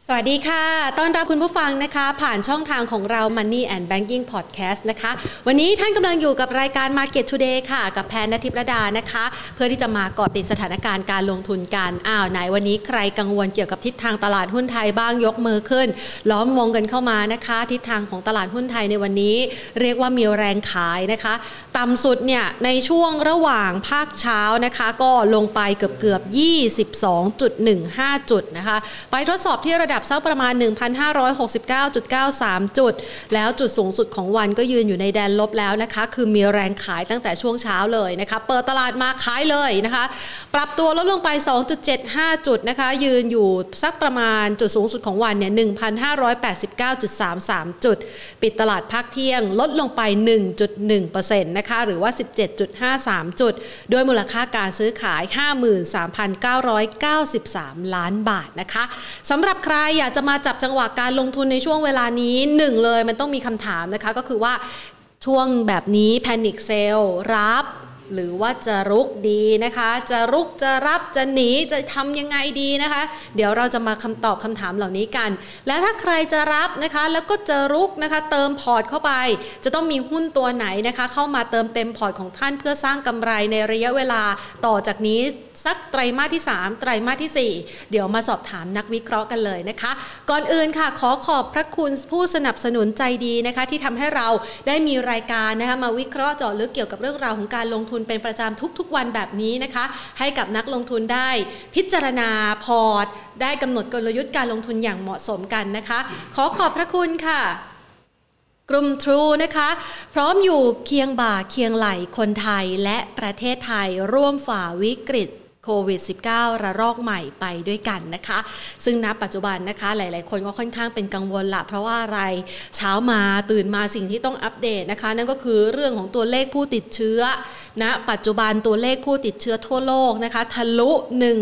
สวัสดีค่ะต้อนรับคุณผู้ฟังนะคะผ่านช่องทางของเรา Money and Banking Podcast นะคะวันนี้ท่านกำลังอยู่กับรายการ Market Today ค่ะกับแพนณทิพย์ระดานะคะเพื่อที่จะมาเกาะติดสถานการณ์การลงทุนกันไหนวันนี้ใครกังวลเกี่ยวกับทิศทางตลาดหุ้นไทยบ้างยกมือขึ้นล้อมวงกันเข้ามานะคะทิศทางของตลาดหุ้นไทยในวันนี้เรียกว่ามีแรงขายนะคะต่ำสุดเนี่ยในช่วงระหว่างภาคเช้านะคะก็ลงไปเกือบ 22.15 จุดนะคะไปทดสอบที่ระดับสักประมาณ 1,569.93 จุดแล้วจุดสูงสุดของวันก็ยืนอยู่ในแดนลบแล้วนะคะคือมีแรงขายตั้งแต่ช่วงเช้าเลยนะคะเปิดตลาดมาขายเลยนะคะปรับตัวลดลงไป 2.75 จุดนะคะยืนอยู่สักประมาณจุดสูงสุดของวันเนี่ย 1,589.33 จุดปิดตลาดภาคเที่ยงลดลงไป 1.1% นะคะหรือว่า 17.53 จุดโดยมูลค่าการซื้อขาย 53,993 ล้านบาทนะคะสำหรับใครอยากจะมาจับจังหวะการลงทุนในช่วงเวลานี้หนึ่งเลยมันต้องมีคำถามนะคะก็คือว่าช่วงแบบนี้ Panic Sell รับหรือว่าจะรุกดีนะคะจะรุกจะรับจะหนีจะทำยังไงดีนะคะเดี๋ยวเราจะมาตอบคำถามเหล่านี้กันและถ้าใครจะรับนะคะแล้วก็จะรุกนะคะเติมพอร์ตเข้าไปจะต้องมีหุ้นตัวไหนนะคะเข้ามาเติมเต็มพอร์ตของท่านเพื่อสร้างกำไรในระยะเวลาต่อจากนี้สักไตรมาสที่3ไตรมาสที่4เดี๋ยวมาสอบถามนักวิเคราะห์กันเลยนะคะก่อนอื่นค่ะขอบพระคุณผู้สนับสนุนใจดีนะคะที่ทำให้เราได้มีรายการนะคะมาวิเคราะห์เจาะลึกเกี่ยวกับเรื่องราวของการลงทุนเป็นประจำทุกๆวันแบบนี้นะคะให้กับนักลงทุนได้พิจารณาพอร์ตได้กำหนดกลยุทธ์การลงทุนอย่างเหมาะสมกันนะคะขอบพระคุณค่ะกลุ่ม True นะคะพร้อมอยู่เคียงบ่าเคียงไหล่คนไทยและประเทศไทยร่วมฝ่าวิกฤตโควิด -19 ระลอกใหม่ไปด้วยกันนะคะซึ่งณปัจจุบันนะคะหลายๆคนก็ค่อนข้างเป็นกังวลละเพราะว่าอะไรเช้ามาตื่นมาสิ่งที่ต้องอัปเดตนะคะนั่นก็คือเรื่องของตัวเลขผู้ติดเชื้อณปัจจุบันตัวเลขผู้ติดเชื้อทั่วโลกนะคะทะลุ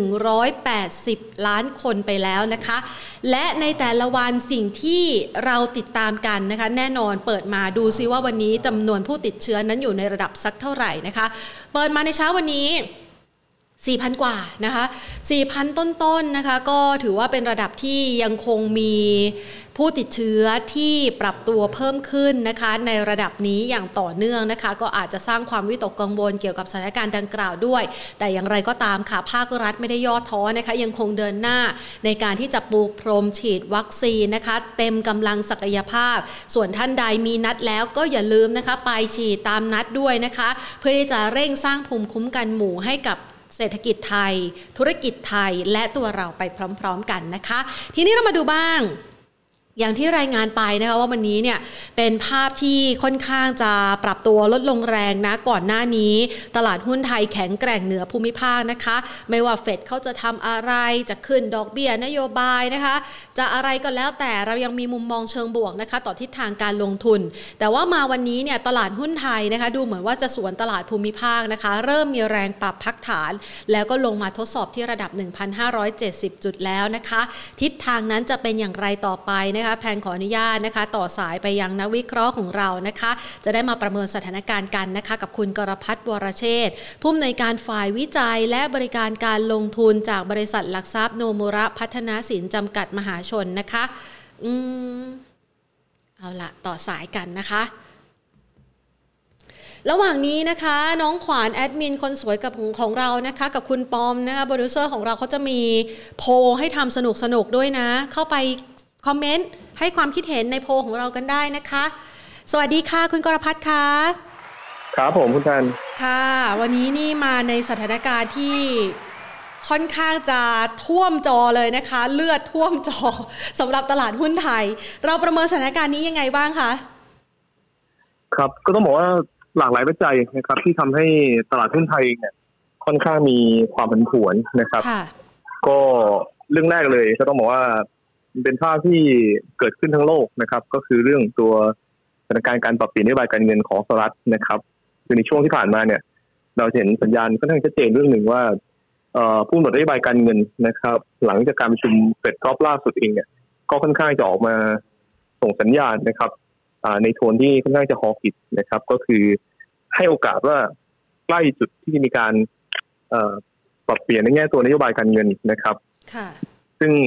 180ล้านคนไปแล้วนะคะและในแต่ละวันสิ่งที่เราติดตามกันนะคะแน่นอนเปิดมาดูซิว่าวันนี้จำนวนผู้ติดเชื้อนั้นอยู่ในระดับสักเท่าไหร่นะคะเปิดมาในเช้าวันนี้4,000 กว่านะคะ 4,000 ต้นๆนะคะก็ถือว่าเป็นระดับที่ยังคงมีผู้ติดเชื้อที่ปรับตัวเพิ่มขึ้นนะคะในระดับนี้อย่างต่อเนื่องนะคะก็อาจจะสร้างความวิตกกังวลเกี่ยวกับสถานการณ์ดังกล่าวด้วยแต่อย่างไรก็ตามค่ะภาครัฐไม่ได้ย่อท้อนะคะยังคงเดินหน้าในการที่จะปูพรมฉีดวัคซีนนะคะเต็มกำลังศักยภาพส่วนท่านใดมีนัดแล้วก็อย่าลืมนะคะไปฉีดตามนัดด้วยนะคะเพื่อที่จะเร่งสร้างภูมิคุ้มกันหมู่ให้กับเศรษฐกิจไทยธุรกิจไทยและตัวเราไปพร้อมๆกันนะคะทีนี้เรามาดูบ้างอย่างที่รายงานไปนะคะว่าวันนี้เนี่ยเป็นภาพที่ค่อนข้างจะปรับตัวลดลงแรงนะก่อนหน้านี้ตลาดหุ้นไทยแข็งแกร่งเหนือภูมิภาคนะคะไม่ว่าเฟดเขาจะทำอะไรจะขึ้นดอกเบี้ยนโยบายนะคะจะอะไรก็แล้วแต่เรายังมีมุมมองเชิงบวกนะคะต่อทิศทางการลงทุนแต่ว่ามาวันนี้เนี่ยตลาดหุ้นไทยนะคะดูเหมือนว่าจะสวนตลาดภูมิภาคนะคะเริ่มมีแรงปรับพักฐานแล้วก็ลงมาทดสอบที่ระดับ 1,570 จุดแล้วนะคะทิศทางนั้นจะเป็นอย่างไรต่อไปแพนขออนุญาตนะคะต่อสายไปยังนักวิเคราะห์ของเรานะคะจะได้มาประเมินสถานการณ์กันนะคะกับคุณกรพัฒน์วรเชษฐ์ผู้อำนวยการฝ่ายวิจัยและบริการการลงทุนจากบริษัทหลักทรัพย์โนมุระพัฒนาสินจำกัดมหาชนนะคะเอาละต่อสายกันนะคะระหว่างนี้นะคะน้องขวานแอดมินคนสวยกับของเรานะคะกับคุณปอมนะคะโปรดิวเซอร์ของเราเขาจะมีโพลให้ทำสนุกด้วยนะเข้าไปคอมเมนต์ให้ความคิดเห็นในโพลของเรากันได้นะคะสวัสดีค่ะคุณกรพัฒน์ค่ะครับผมคุณจันค่ะวันนี้นี่มาในสถานการณ์ที่ค่อนข้างจะท่วมจอเลยนะคะเลือดท่วมจอสำหรับตลาดหุ้นไทยเราประเมินสถานการณ์นี้ยังไงบ้างคะครับก็ต้องบอกว่าหลากหลายปัจจัยนะครับที่ทำให้ตลาดหุ้นไทยเนี่ยค่อนข้างมีความผันผวนนะครับก็เรื่องแรกเลยก็ต้องบอกว่าเป็นภาพที่เกิดขึ้นทั้งโลกนะครับก็คือเรื่องตัวสถานการณ์การปรับเปลี่ยนนโยบายการเงินของสหรัฐนะครับคือในช่วงที่ผ่านมาเนี่ยเราเห็นสัญญาณค่อนข้างชัดเจนเรื่องหนึ่งว่าผู้กำหนดนโยบายการเงินนะครับหลังจากการประชุมเฟดรอบล่าสุดเองเนี่ยก็ค่อนข้างจะออกมาส่งสัญญาณนะครับในโทนที่ค่อนข้างจะฮอว์กิชนะครับก็คือให้โอกาสว่าใกล้จุดที่มีการปรับเปลี่ยนในแง่ตัวนโยบายการเงินนะครับซึ่ง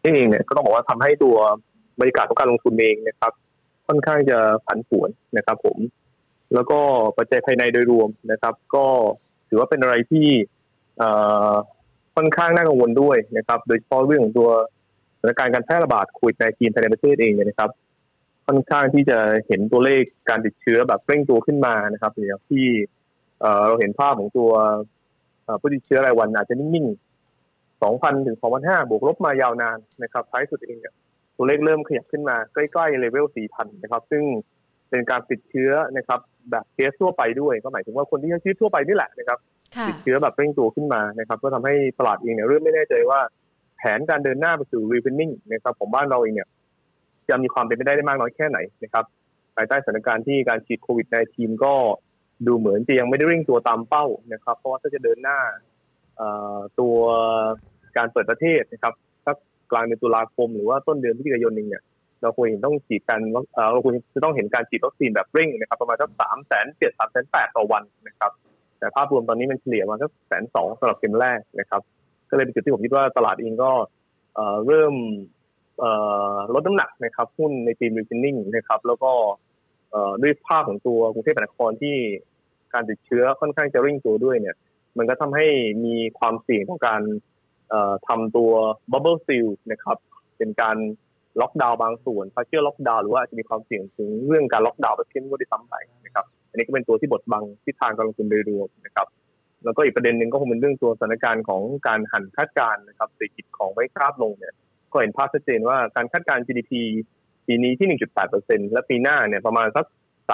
เองเนี่ยก็ต้องบอกว่าทำให้ตัวบรรยากาศของการลงทุนเองนะครับค่อนข้างจะผันผวนนะครับผมแล้วก็ปัจจัยภายในโดยรวมนะครับก็ถือว่าเป็นอะไรที่ค่อนข้างน่ากังวลด้วยนะครับโดยเฉพาะเรื่องของตัวสถานการณ์การแพร่ระบาดโควิด-19 ภายในประเทศเองเนี่ยนะครับค่อนข้างที่จะเห็นตัวเลขการติดเชื้อแบบเร่งตัวขึ้นมานะครับอย่างที่เราเห็นภาพของตัวผู้ติดเชื้อรายวันอาจจะนิ่งๆ 2,000 ถึง 2,500 บวกลบมายาวนานนะครับท้ายสุดเองเนี่ยตัวเลขเริ่มขยับขึ้นมาใกล้ๆเลเวล 4,000 นะครับซึ่งเป็นการติดเชื้อนะครับแบบเคสทั่วไปด้วยก็หมายถึงว่าคนที่ใช้ชีวิตทั่วไปนี่แหละนะครับติดเชื้อแบบเร่งตัวขึ้นมานะครับก็ทำให้ตลาดเองเนี่ยเริ่มไม่แน่ใจว่าแผนการเดินหน้าไปสู่ reopening นะครับของบ้านเราเองเนี่ยจะมีความเป็นไปได้มากน้อยแค่ไหนนะครับภายใต้สถานการณ์ที่การฉีดโควิด-19 ก็ดูเหมือนจะยังไม่ได้เร่งตัวตามเป้านะครับเพราะว่าถ้าจะเดินหน้าตัวการเปิดประเทศนะครับสักกลางเดือนตุลาคมหรือว่าต้นเดือนพฤศจิกายนเองเนี่ยเราควรต้องฉีดกันเราควรจะต้องเห็นการฉีดวัคซีนแบบเร่งนะครับประมาณสัก 370,000 380,000 ต่อวันนะครับแต่ภาพรวมตอนนี้มันเฉลี่ยมาสัก 120,000 สำหรับเข็มแรกนะครับก็เลยเป็นจุดที่ผมคิดว่าตลาดเองก็เริ่มลดน้ำหนักนะครับหุ้นในทีม reopening นะครับแล้วก็ด้วยภาพของตัวกรุงเทพมหานครที่การติดเชื้อค่อนข้างจะเร่งตัวด้วยเนี่ยมันก็ทำให้มีความเสี่ยงของการทำตัว bubble seal นะครับเป็นการล็อกดาวน์บางส่วน partial lockdown หรือว่าจะมีความเสี่ยงถึงเรื่องการล็อกดาวน์แบบเข้มงวดที่ซ้ำไปนะครับอันนี้ก็เป็นตัวที่บดบังทิศทางการลงทุนโดยรวมนะครับแล้วก็อีกประเด็นหนึ่งก็คงเป็นเรื่องตัวสถานการณ์ของการหันคาดการณ์นะครับเศรษฐกิจของไว้กราฟลงเนี่ยก็เห็นภาพชัดเจนว่าการคาดการณ์ GDP ปีนี้ที่ 1.8% และปีหน้าเนี่ยประมาณสัก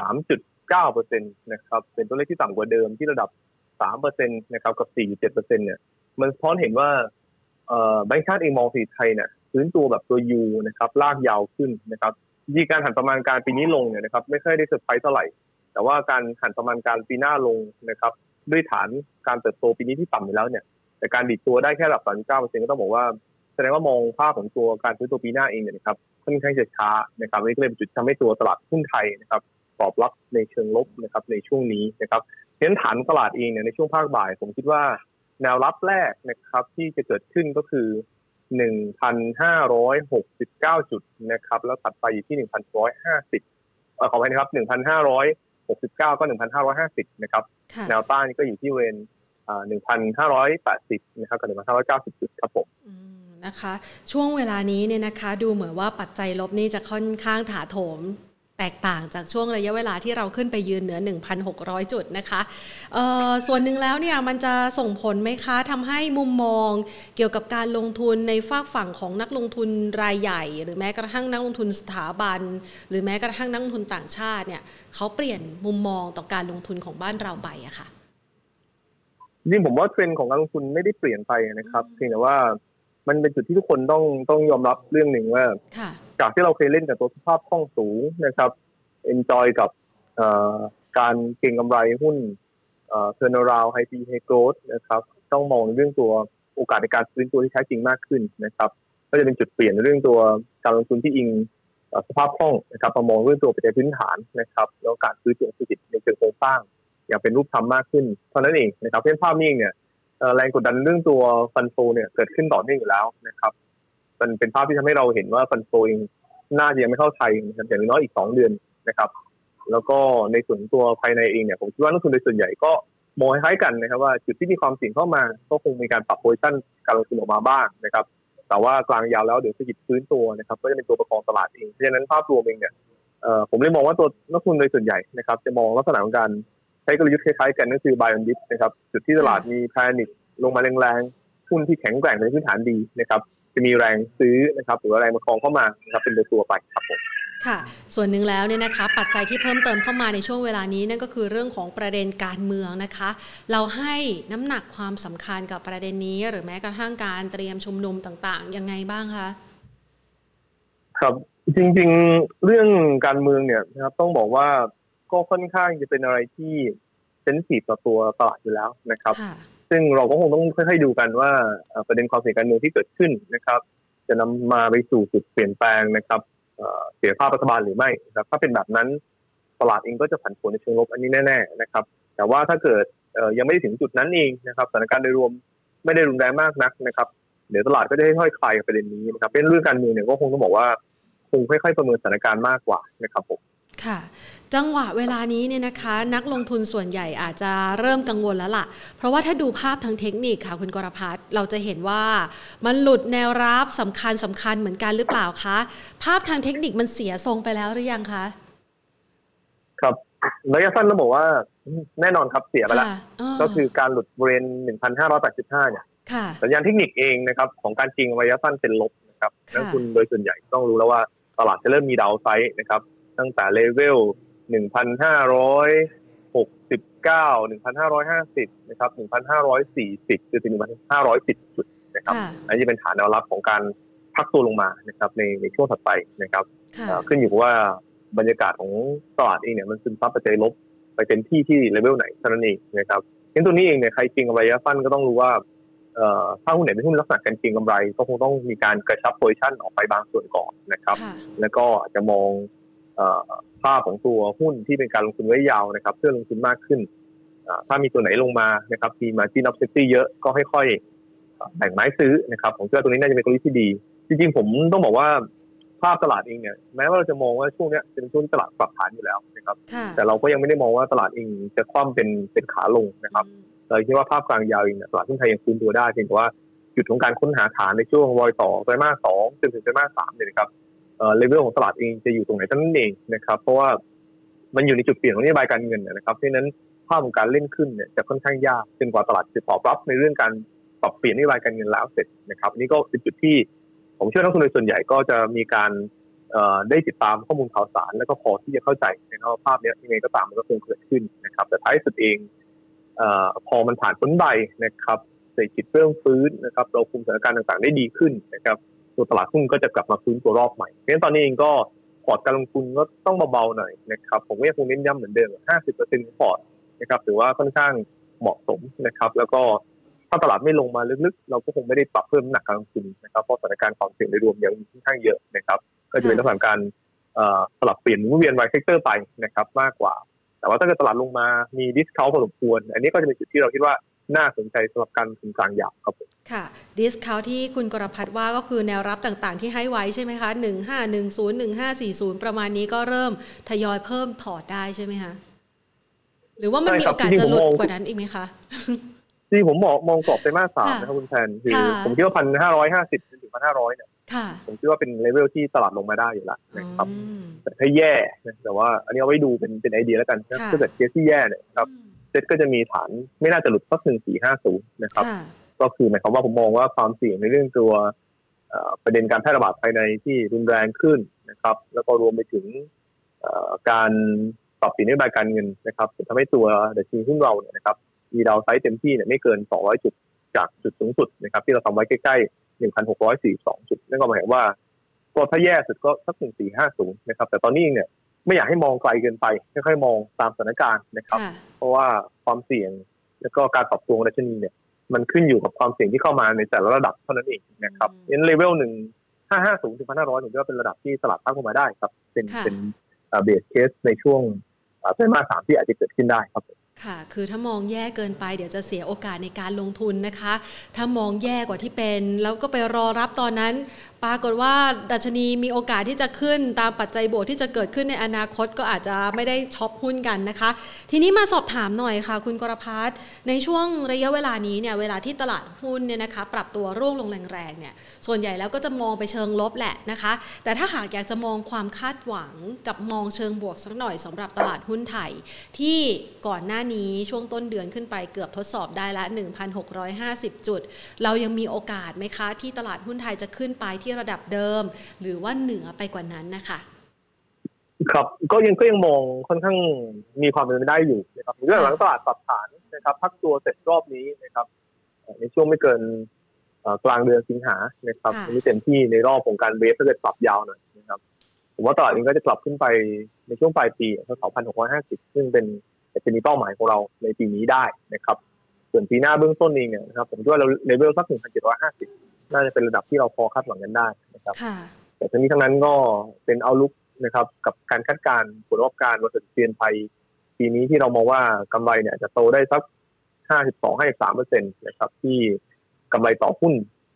3.9% นะครับเป็นตัวเลขที่ต่ำกว่าเดิมที่ระดับ 3% นะครับกับ 4.7% เนี่ยมันสะท้อนเห็นว่าแบงก์ชาติเองมองเศรษฐกิจไทยเนี่ยพื้นตัวแบบตัว U นะครับลากยาวขึ้นนะครับที่การหันประมาณการปีนี้ลงเนี่ยนะครับไม่ค่อยได้เซอร์ไพรส์เท่าไหร่แต่ว่าการหันประมาณการปีหน้าลงนะครับด้วยฐานการเติบโตปีนี้ที่ต่ำอยู่แล้วเนี่ยแต่การดิดตัวได้แค่ระดับ 3.9% ก็ต้องบอกว่าแสดงว่ามองภาพของตัวการซื้อตัวปีหน้าเองเนี่ยนะครับค่อนข้างจะช้านะครับนี่ก็เลยเป็นจุดทำให้ตัวตลาดหุ้นไทยนะครับตอบรับในเชิงลบนะครับในช่วงนี้นะครับเพราะฉะนั้นฐานตลาดเองเนี่ยในช่วงภาคบ่ายผมคิดว่าแนวรับแรกนะครับที่จะเกิดขึ้นก็คือ 1,569 จุดนะครับแล้วถัดไปอยู่ที่ 1,150 ขออภัยนะครับ 1,569 ก็ 1,550 นะครับแนวต้านก็อยู่ที่เรน1,580 นะครับกับ 1,590 จุดครับผมนะคะช่วงเวลานี้เนี่ยนะคะดูเหมือนว่าปัจจัยลบนี่จะค่อนข้างถาโถมแตกต่างจากช่วงระยะเวลาที่เราขึ้นไปยืนเหนือ 1,600 จุดนะคะส่วนหนึ่งแล้วเนี่ยมันจะส่งผลไหมคะทำให้มุมมองเกี่ยวกับการลงทุนในฝากฝั่งของนักลงทุนรายใหญ่หรือแม้กระทั่งนักลงทุนสถาบันหรือแม้กระทั่งนักลงทุนต่างชาติเนี่ยเขาเปลี่ยนมุมมองต่อการลงทุนของบ้านเราไปอะค่ะจริงผมว่าเทรนด์ของการลงทุนไม่ได้เปลี่ยนไปนะครับเพียงแต่ว่ามันเป็นจุดที่ทุกคนต้องยอมรับเรื่องหนึ่งว่าจากที่เราเคยเล่นกับตัวสภาพคล่องสูงนะครับเอนจอยกับการเก็งกำไรหุ้นturnaround high PE high growth นะครับต้องมองเรื่องตัวโอกาสในการฟื้นตัวที่แท้จริงมากขึ้นนะครับก็จะเป็นจุดเปลี่ยนในเรื่องตัวการลงทุนที่อิงสภาพคล่องนะครับมองเรื่องตัวปัจจัยพื้นฐานนะครับแล้วการฟื้นตัวเศรษฐกิจในเชิงโครงสร้างอย่างเป็นรูปธรรมมากขึ้นเท่านั้นเองนะครับเพื่อภาพนี้เองเนี่ยแรงกดดันเรื่องตัวฟันโฟเนี่ยเกิดขึ้นต่อเนื่องอยู่แล้วนะครับมันเป็นภาพที่ทำให้เราเห็นว่าฟันโฟเองน่าจะยังไม่เข้าไทยนะครับอย่างน้อยอีก2 เดือนนะครับแล้วก็ในส่วนตัวภายในเองเนี่ยผมคิดว่านักลงทุนโดยส่วนใหญ่ก็มองคล้ายๆกันนะครับว่าจุดที่มีความเสี่ยงเข้ามาก็คงมีการปรับโพซิชั่นการลงทุนออกมาบ้างนะครับแต่ว่ากลางยาวแล้วเดี๋ยวเศรษฐกิจฟื้นตัวนะครับก็จะเป็นตัวประคองตลาดเองเพราะฉะนั้นภาพรวมเองเนี่ยผมเลยมองว่าตัวนักลงทุนโดยส่วนใหญ่นะครับจะมองลักษณะของการใช้กลยุทธ์คล้ายๆกันก็คือ buy and dip นะครับจุดที่ตลาดมีแพนิคลงมาแรงๆหุ้นที่แข็งแกร่งในพื้นฐานดีนะครับจะมีแรงซื้อนะครับหรือแรงประคองเข้ามานะครับเป็นตัวไปครับผมค่ะส่วนหนึ่งแล้วเนี่ยนะคะปัจจัยที่เพิ่มเติมเข้ามาในช่วงเวลานี้นั่นก็คือเรื่องของประเด็นการเมืองนะคะเราให้น้ำหนักความสำคัญกับประเด็นนี้หรือแม้กระทั่งการเตรียมชุมนุมต่างๆยังไงบ้างคะครับจริงๆเรื่องการเมืองเนี่ยนะครับต้องบอกว่าก็ค่อนข้างจะเป็นอะไรที่เซนซิทีฟต่อตัวตลาดอยู่แล้วนะครับซึ่งเราก็คงต้องค่อยๆดูกันว่าประเด็นความเสี่ยงการเมืองที่เกิดขึ้นนะครับจะนำมาไปสู่จุดเปลี่ยนแปลงนะครับเสียภาพรัฐบาลหรือไม่นะครับถ้าเป็นแบบนั้นตลาดเองก็จะผันผวนในเชิงลบอันนี้แน่ๆนะครับแต่ว่าถ้าเกิดยังไม่ได้ถึงจุดนั้นเองนะครับสถานการณ์โดยรวมไม่ได้รุนแรงมากนักนะครับเดี๋ยวตลาดก็จะค่อยๆคลายประเด็นนี้นะครับเป็นเรื่องการเมืองเนี่ยก็คงต้องบอกว่าคงค่อยๆประเมินสถานการณ์มากกว่านะครับผมค่ะจังหวะเวลานี้เนี่ยนะคะนักลงทุนส่วนใหญ่อาจจะเริ่มกังวลแล้วล่ะเพราะว่าถ้าดูภาพทางเทคนิคค่ะคุณกรพัฒน์เราจะเห็นว่ามันหลุดแนวรับสำคัญเหมือนกันหรือเปล่าคะภาพทางเทคนิคมันเสียทรงไปแล้วหรือยังคะครับระยะสั้นต้องบอกว่าแน่นอนครับเสียไปแล้วก็คือการหลุดบริเวณ 1,585 เนี่ยสัญญาณเทคนิคเองนะครับของการจริงระยะสั้นเป็นลบนะครับนักทุนโดยส่วนใหญ่ต้องรู้แล้วว่าตลาดจะเริ่มมีดาวไซด์นะครับตั้งแต่เลเวล 1,569 1,550 นะครับ 1,540 จนถึง 1,510 จุดนะครับอันนี้เป็นฐานแนวรับของการพักตัวลงมานะครับในช่วงถัดไปนะครับขึ้นอยู่กับว่าบรรยากาศของตลาดเองเนี่ยมันซึมซับปัจจัยลบไปเต็มที่เลเวลไหนเท่านั้นเองนะครับงั้นตัวนี้เองเนี่ยใครเก็งกำไรระยะสั้นก็ต้องรู้ว่าถ้าหุ้นไหนเป็นหุ้นลักษณะการเก็งกำไรก็คงต้องมีการกระชับโพซิชั่นออกไปบางส่วนก่อนนะครับแล้วก็อาจจะมองภาพของตัวหุ้นที่เป็นการลงทุนระยะยาวนะครับเพื่อลงทุนมากขึ้นถ้ามีตัวไหนลงมานะครับมี margin of safety เยอะก็ค่อยๆแบ่งไม้ซื้อนะครับผมเชื่อตัวนี้น่าจะเป็นกลยุทธ์ที่ดีจริงๆผมต้องบอกว่าภาพตลาดเองเนี่ยแม้ว่าเราจะมองว่าช่วงนี้เป็นช่วงที่ตลาดปรับฐานอยู่แล้วนะครับแต่เราก็ยังไม่ได้มองว่าตลาดเองจะคว่ำเป็นขาลงนะครับเราคิดว่าภาพกลางยาวเองตลาดหุ้นไทยยังฟื้นตัวได้เพียงแต่ว่าจุดของการค้นหาฐานในช่วงรอยต่อไตรมาส 2จนถึงไตรมาส 3เนี่ยนะครับเลเวลของตลาดเองจะอยู่ตรงไหนเท่านั้นเองนะครับเพราะว่ามันอยู่ในจุดเปลี่ยนของนโยบายการเงินนะครับเพราะฉะนั้นภาพของการเล่นขึ้นเนี่ยจะค่อนข้างยากจนกว่าตลาดจะตอบรับในเรื่องการปรับเปลี่ยนนโยบายการเงินแล้วเสร็จนะครับนี่ก็เป็นจุดที่ผมเชื่อนักลงทุนโดยส่วนใหญ่ก็จะมีการได้ติดตามข้อมูลข่าวสารแล้วก็พอที่จะเข้าใจนะครับภาพนี้ยังไงก็ตามมันก็คงเกิดขึ้นนะครับแต่ท้ายสุดเองพอมันผ่านพ้นไปนะครับเศรษฐกิจเริ่มฟื้นนะครับเราคุมสถานการณ์ต่างๆได้ดีขึ้นนะครับตัวตลาดหุ้นก็จะกลับมาฟื้นตัวรอบใหม่เพราะฉะนั้นตอนนี้เองก็พอร์ตการลงทุนก็ต้องเบาๆหน่อยนะครับผมก็ยังคงเน้นย้ำเหมือนเดิม 50% ของพอร์ตนะครับถือว่าค่อนข้างเหมาะสมนะครับแล้วก็ถ้าตลาดไม่ลงมาลึกๆเราก็คงไม่ได้ปรับเพิ่มน้ำหนักการลงทุนนะครับเพราะสถานการณ์ความเสี่ยงโดยรวมยังค่อนข้างเยอะนะครับก็จะเป็นลักษณะการสลับเปลี่ยนหมุนเวียนรายเซกเตอร์ไปนะครับมากกว่าแต่ว่าถ้าเกิดตลาดลงมามีดิสเคาท์พอสมควรอันนี้ก็จะเป็นจุดที่เราคิดว่าน่าสนใจสำหรับการลงทุนกลางยาวครับผมค่ะดิสเคาท์ที่คุณกรพัฒน์ว่าก็คือแนวรับต่างๆที่ให้ไว้ใช่ไหมคะ1510 1540ประมาณนี้ก็เริ่มทยอยเพิ่มพอร์ตได้ใช่ไหมคะหรือว่ามันมีโอกาสจะหลุดกว่านั้นอีกไหมคะที่ผมมองกรอบไตรมาส 3นะครับคุณแทนคือผมคิดว่า 1,550 ถึง 1,500 เนี่ยผมคิดว่าเป็นเลเวลที่ตลาดลงมาได้อยู่แล้วนะครับแต่ถ้าแย่แต่ว่าอันนี้เอาไว้ดูเป็นไอเดียแล้วกันถ้าเกิดเคสที่แย่เนี่ยครับเซ็ตก็จะมีฐานไม่น่าจะหลุดสัก 1450 นะครับก็คือหมายความว่าผมมองว่าความเสี่ยงในเรื่องตัวประเด็นการแพร่ระบาดภายในที่รุนแรงขึ้นนะครับแล้วก็รวมไปถึงการปรับเปลี่ยนนโยบายการเงินนะครับจะทำให้ตัวดัชนีหุ้นเราเนี่ยนะครับมีดาวไซด์เต็มที่เนี่ยไม่เกิน200จุดจากจุดสูงสุดนะครับที่เราทำไว้ใกล้ๆ 1,642 จุดนั่นก็หมายความว่าก็ถ้าแย่สุดก็สัก 1450 นะครับแต่ตอนนี้เนี่ยไม่อยากให้มองไกลเกินไปค่อยๆมองตามสถานการณ์นะครับเพราะว่าความเสี่ยงแล้วก็การปรับตัวของดัชนีเนี่ยมันขึ้นอยู่กับความเสี่ยงที่เข้ามาในแต่ละระดับเท่านั้นเองนะครับงั้นเลเวล1,550 ถึง 1,500 ผมคิดว่าเป็นระดับที่ตลาดตั้งขึ้นมาได้ครับเป็นเบสเคสในช่วงไตรมาส 3ที่อาจจะเกิดขึ้นได้ครับค่ะคือถ้ามองแย่เกินไปเดี๋ยวจะเสียโอกาสในการลงทุนนะคะถ้ามองแย่กว่าที่เป็นแล้วก็ไปรอรับตอนนั้นปรากฏว่าดัชนีมีโอกาสที่จะขึ้นตามปัจจัยบวกที่จะเกิดขึ้นในอนาคตก็อาจจะไม่ได้ช็อปหุ้นกันนะคะทีนี้มาสอบถามหน่อยค่ะคุณกรพัฒน์ในช่วงระยะเวลานี้เนี่ยเวลาที่ตลาดหุ้นเนี่ยนะคะปรับตัวร่วงลงแรงๆเนี่ยส่วนใหญ่แล้วก็จะมองไปเชิงลบแหละนะคะแต่ถ้าหากอยากจะมองความคาดหวังกับมองเชิงบวกสักหน่อยสำหรับตลาดหุ้นไทยที่ก่อนหน้านี้ช่วงต้นเดือนขึ้นไปเกือบทดสอบได้ละ 1,650 จุดเรายังมีโอกาสไหมคะที่ตลาดหุ้นไทยจะขึ้นไปที่ระดับเดิมหรือว่าเหนือไปกว่านั้นนะคะครับก็ยังมองค่อนข้างมีความเป็นไปได้อยู่นะครับเรื่องหลังตลาดปรับฐานนะครับพักตัวเสร็จรอบนี้นะครับในช่วงไม่เกินกลางเดือนสิงหานะครับอันนี้เต็มที่ในรอบของการเวฟถ้าเกิดปรับยาวหน่อยนะครับผมว่าตลาดเองก็จะกลับขึ้นไปในช่วงปลายปี2,650 ซึ่งเป็นจะมีเป้าหมายของเราในปีนี้ได้นะครับส่วนปีหน้าเบื้องต้นเองเนี่ยนะครับผมคิดว่าเราเลเวลสัก 1,750 น่าจะเป็นระดับที่เราพอคาดหวังกันได้นะครับแต่ทั้งนี้ทั้งนั้นก็เป็นเอาลุกนะครับกับการคาดการณ์ผลประกอบการบริษัทเซียนไทยปีนี้ที่เรามองว่ากำไรเนี่ยจะโตได้สัก 52-53% นะครับที่กำไรต่อหุ้น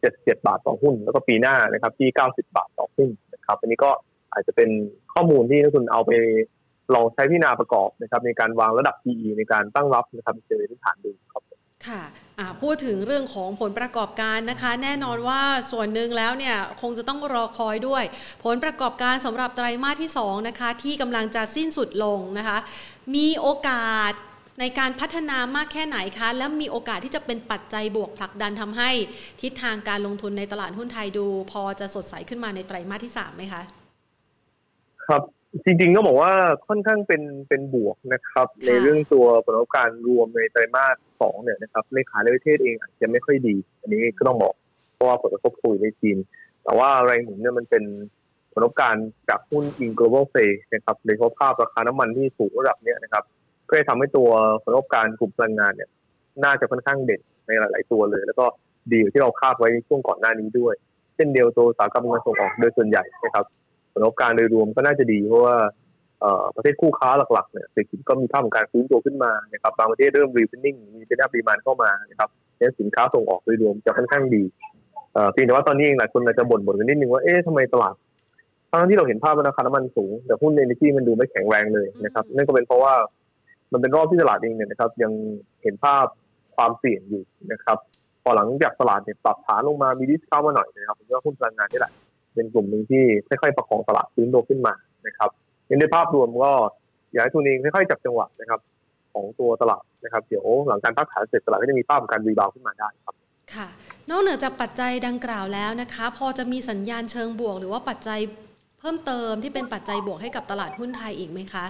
77 บาทต่อหุ้นแล้วก็ปีหน้านะครับที่90 บาทต่อหุ้นนะครับอันนี้ก็อาจจะเป็นข้อมูลที่นักลงทุนเอาไปลองใช้พิจารณาประกอบนะครับในการวางระดับ PE ในการตั้งรับนะครับเจอพื้นฐานดูครับค่ะพูดถึงเรื่องของผลประกอบการนะคะแน่นอนว่าส่วนหนึ่งแล้วเนี่ยคงจะต้องรอคอยด้วยผลประกอบการสำหรับไตรมาสที่2นะคะที่กำลังจะสิ้นสุดลงนะคะมีโอกาสในการพัฒนามากแค่ไหนคะและมีโอกาสที่จะเป็นปัจจัยบวกผลักดันทำให้ทิศทางการลงทุนในตลาดหุ้นไทยดูพอจะสดใสขึ้นมาในไตรมาสที่3ไหมคะครับจริงๆก็บอกว่าค่อนข้างเป็นบวกนะครับในเรื่องตัวผลประกอบการรวมในไตรมาส2เนี่ยนะครับเลขาธิการประเทศเองอาจจะไม่ค่อยดีอันนี้ก็ต้องบอกเพราะว่าผลกระทบโควิดในจีนแต่ว่าแรงหนุนเนี่ยมันเป็นผลประกอบการจากหุ้น In Global Play นะครับโดยเฉพาะภาพราคาน้ำมันที่สูงระดับเนี้ยนะครับก็จะทำให้ตัวผลประกอบการกลุ่มพลังงานเนี่ยน่าจะค่อนข้างเด่นในหลายๆตัวเลยแล้วก็ดีกว่าที่เราคาดไว้ในช่วงก่อนหน้านี้ด้วยเช่นเดียวตัวอุตสาหกรรมการส่งออกโดยส่วนใหญ่นะครับผลประกอบการโดยรวมก็น่าจะดีเพราะว่าประเทศคู่ค้าหลักๆเนี่ยเศรษฐกิจก็มีภาพของการฟื้นตัวขึ้นมานะครับบางประเทศเริ่ม reopening มีเป็นอัพดีมานด์เข้ามานะครับและสินค้าส่งออกโดยรวมจะค่อนข้างดีเพียงแต่ว่าตอนนี้เองหลายคนอาจจะบ่นกันนิดนึงว่าทำไมตลาดทั้งที่เราเห็นภาพราคาน้ำมันสูงแต่หุ้น energy มันดูไม่แข็งแรงเลยนะครับนั่นก็เป็นเพราะว่ามันเป็นรอบที่ตลาดเองเนี่ยนะครับยังเห็นภาพความเสี่ยงอยู่นะครับพอหลังจากตลาดเนี่ยปรับฐานลงมามีดิสคาวน์มาหน่อยนะครับผมว่าหุ้นพลังงานนี่แหละเป็นกลุ่มนึงที่ค่อยๆประคองตลาดฟื้นตัวขึ้นมานะครับในภาพรวมก็อยากให้ทุนเองค่อยๆจับจังหวะนะครับของตัวตลาดนะครับเดี๋ยวหลังการพักฐานเสร็จตลาดก็จะมีภาพของการรีบาวด์ขึ้นมาได้ครับค่ะนอกเหนือจากปัจจัยดังกล่าวแล้วนะคะพอจะมีสัญญาณเชิงบวกหรือว่าปัจจัยเพิ่มเติมที่เป็นปัจจัยบวกให้กับตลาดหุ้นไทยอีกไหมคะ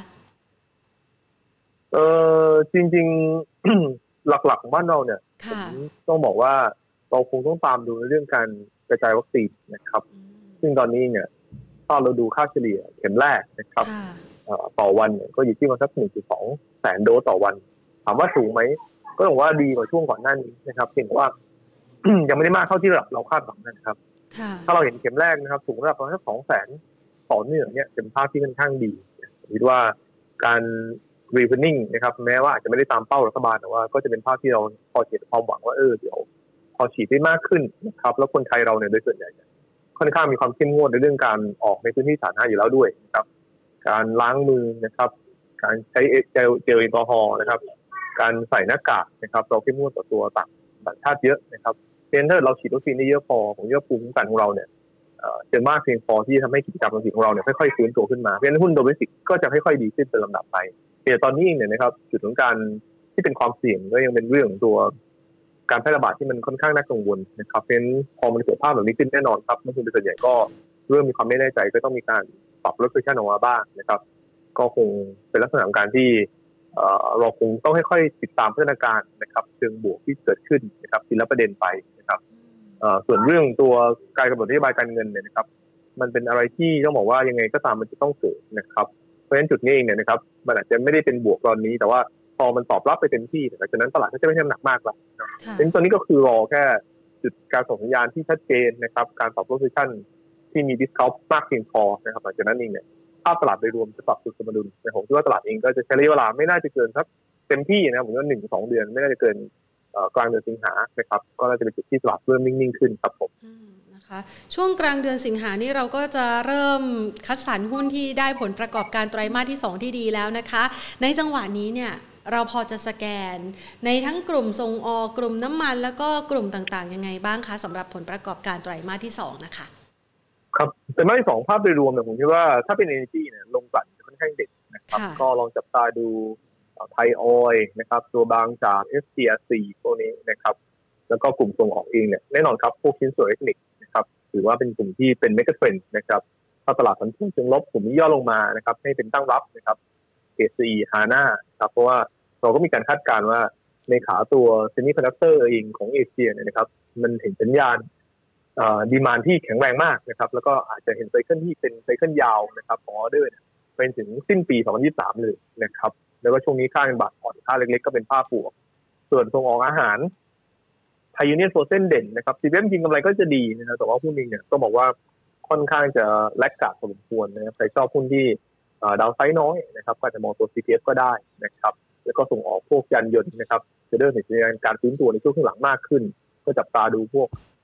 จริงๆ หลักๆของบ้านเราเนี่ยต้องบอกว่าเราคงต้องตามดูในเรื่องการกระจายวัคซีนนะครับซึ่งตอนนี้เนี่ยถ้าเราดูค่าเฉลี่ยเข็มแรกนะครับต่อวันเนี่ยก็อยู่ที่ประมาณสัก 1.2 แสนโดสต่อวันถามว่าสูงไหมก็ต้องว่าดีกว่าช่วงก่อนหน้านี้นะครับเพียงแต่ว่า ยังไม่ได้มากเท่าที่เราคาดหวังนะครับถ้าเราเห็นเข็มแรกนะครับสูงระดับประมาณสัก 200,000 ต่อเนื่องเนี่ยเป็นภาพที่ค่อนข้างดีคิดว่าการ reopening นะครับแม้ว่าอาจจะไม่ได้ตามเป้ารัฐบาลแต่ว่าก็จะเป็นภาพที่เราพอเห็นความหวังว่าเดี๋ยวพอฉีดได้มากขึ้นนะครับแล้วคนไทยเราเนี่ยโดยส่วนใหญ่ค่อนข้างมีความเข้มงวดในเรื่องการออกในพื้นที่สาธารณะอยู่แล้วด้วยนะครับการล้างมือนะครับการใช้เจลแอลกอฮอล์นะครับการใส่หน้ากากนะครับเราเข้มงวดต่อตัวต่างชาติเยอะนะครับเพราะฉะนั้นถ้าเราฉีดวัคซีนได้เยอะพอของยอดภูมิคุ้มกันของเราเนี่ยจะมากเพียงพอที่ทำให้กิจกรรมต่างๆของเราเนี่ยค่อยๆฟื้นตัวขึ้นมาเพราะฉะนั้นหุ้นโดเมสติกก็จะค่อยๆดีขึ้นเป็นลำดับไปแต่ตอนนี้เองเนี่ยนะครับจุดของการที่เป็นความเสี่ยงก็ยังเป็นเรื่องตัวการแพร่ระบาดที่มันค่อนข้างน่ากังวลนะครับเพราะฉะนั้นพอมันเกิดภาพแบบนี้ขึ้นแน่นอนครับนักลงทุนส่วนใหญ่ก็เริ่มมีความไม่แน่ใจก็ต้องมีการปรับลดโพซิชั่นออกมาบ้างนะครับก็คงเป็นลักษณะของการที่เราคงต้องค่อยๆติดตามสถานการณ์นะครับเชิงบวกที่เกิดขึ้นนะครับทีละประเด็นไปนะครับส่วนเรื่องตัวการกำหนดนโยบายการเงินเนี่ยนะครับมันเป็นอะไรที่ต้องบอกว่ายังไงก็ตามมันจะต้องเกิดนะครับเพราะฉะนั้นจุดนี้เองเนี่ยนะครับมันอาจจะไม่ได้เป็นบวกตอนนี้แต่ว่าพอมันตอบรับไปเต็มที่หลังจากนั้นตลาดก็จะไม่ให้น้ำหนักมากแล้วซึ่งตอนนี้ก็คือรอแค่จุดการส่งสัญญาณที่ชัดเจนนะครับการปรับโพซิชั่นที่มีดิสคาวน์มากเพียงพอนะครับหลังจากนั้นเองเนี่ยภาพตลาดโดยรวมจะปรับจุดสมดุลในผมคิดว่าตลาดเองก็จะใช้ระยะเวลาไม่น่าจะเกินสักเต็มที่นะครับผมว่า 1-2 เดือนไม่น่าจะเกินกลางเดือนสิงหานะครับก็น่าจะเป็นจุดที่ตลาดเริ่มนิ่งๆขึ้นครับผมนะคะช่วงกลางเดือนสิงหานี่เราก็จะเริ่มคัดสรรหุ้นที่ได้ผลประกอบการไตรมาสที่2ที่ดีแล้วนะคะในจังหวะนี้เนี่ยเราพอจะสแกนในทั้งกลุ่มส่งออกกลุ่มน้ำมันแล้วก็กลุ่มต่างๆยังไงบ้างคะสำหรับผลประกอบการไตรมาสที่2นะคะครับไตรมาสที่2ภาพโดยรวมเนี่ยผมคิดว่าถ้าเป็น Energy เนี่ยลงกลั่นค่อนข้างเด็ดนะครับก็ลองจับตาดูไทยออยล์นะครับตัวบางจาก STRC พวกนี้นะครับแล้วก็กลุ่มส่งออกเองเนี่ยแน่นอนครับพวกชิ้นส่วนอิเล็กทรอนิกส์นะครับถือว่าเป็นกลุ่มที่เป็นเมกะเทรนด์นะครับถ้าตลาดผันผวนเชิงลบกลุ่มนี้ย่อลงมานะครับให้เป็นตั้งรับนะครับ KCE HANA ครับเพราะว่าเราก็มีการคาดการณ์ว่าในขาตัวเซมิคอนดักเตอร์เองของเอเชียเนี่ยนะครับมันเห็นสัญญาณดีมานด์ที่แข็งแรงมากนะครับแล้วก็อาจจะเห็นไซเคิลที่เป็นไซเคิลยาวนะครับของออเดอร์เป็นถึงสิ้นปี2023เลยนะครับแล้วก็ช่วงนี้ค่าเงินบาทอ่อนค่าเล็กๆก็เป็นภาพบวกส่วนส่งออกอาหารไทยยูเนี่ยนโฟรเซนเด่นนะครับซีเวมจริงกำไรก็จะดีนะครับแต่ว่าหุ้นนี้เนี่ยก็บอกว่าค่อนข้างจะแลกขาดพอสมควรนะครับใครชอบหุ้นที่ดาวไซด์น้อยนะครับก็จะมองตัว CPF ก็ได้นะครับแล้วก็ส่งออกพวกยานยนต์นะครับจะเริ่มเห็นสัญญาณการฟื้นตัวในช่วงข้างหลังมากขึ้นก็จับตาดูพวกโต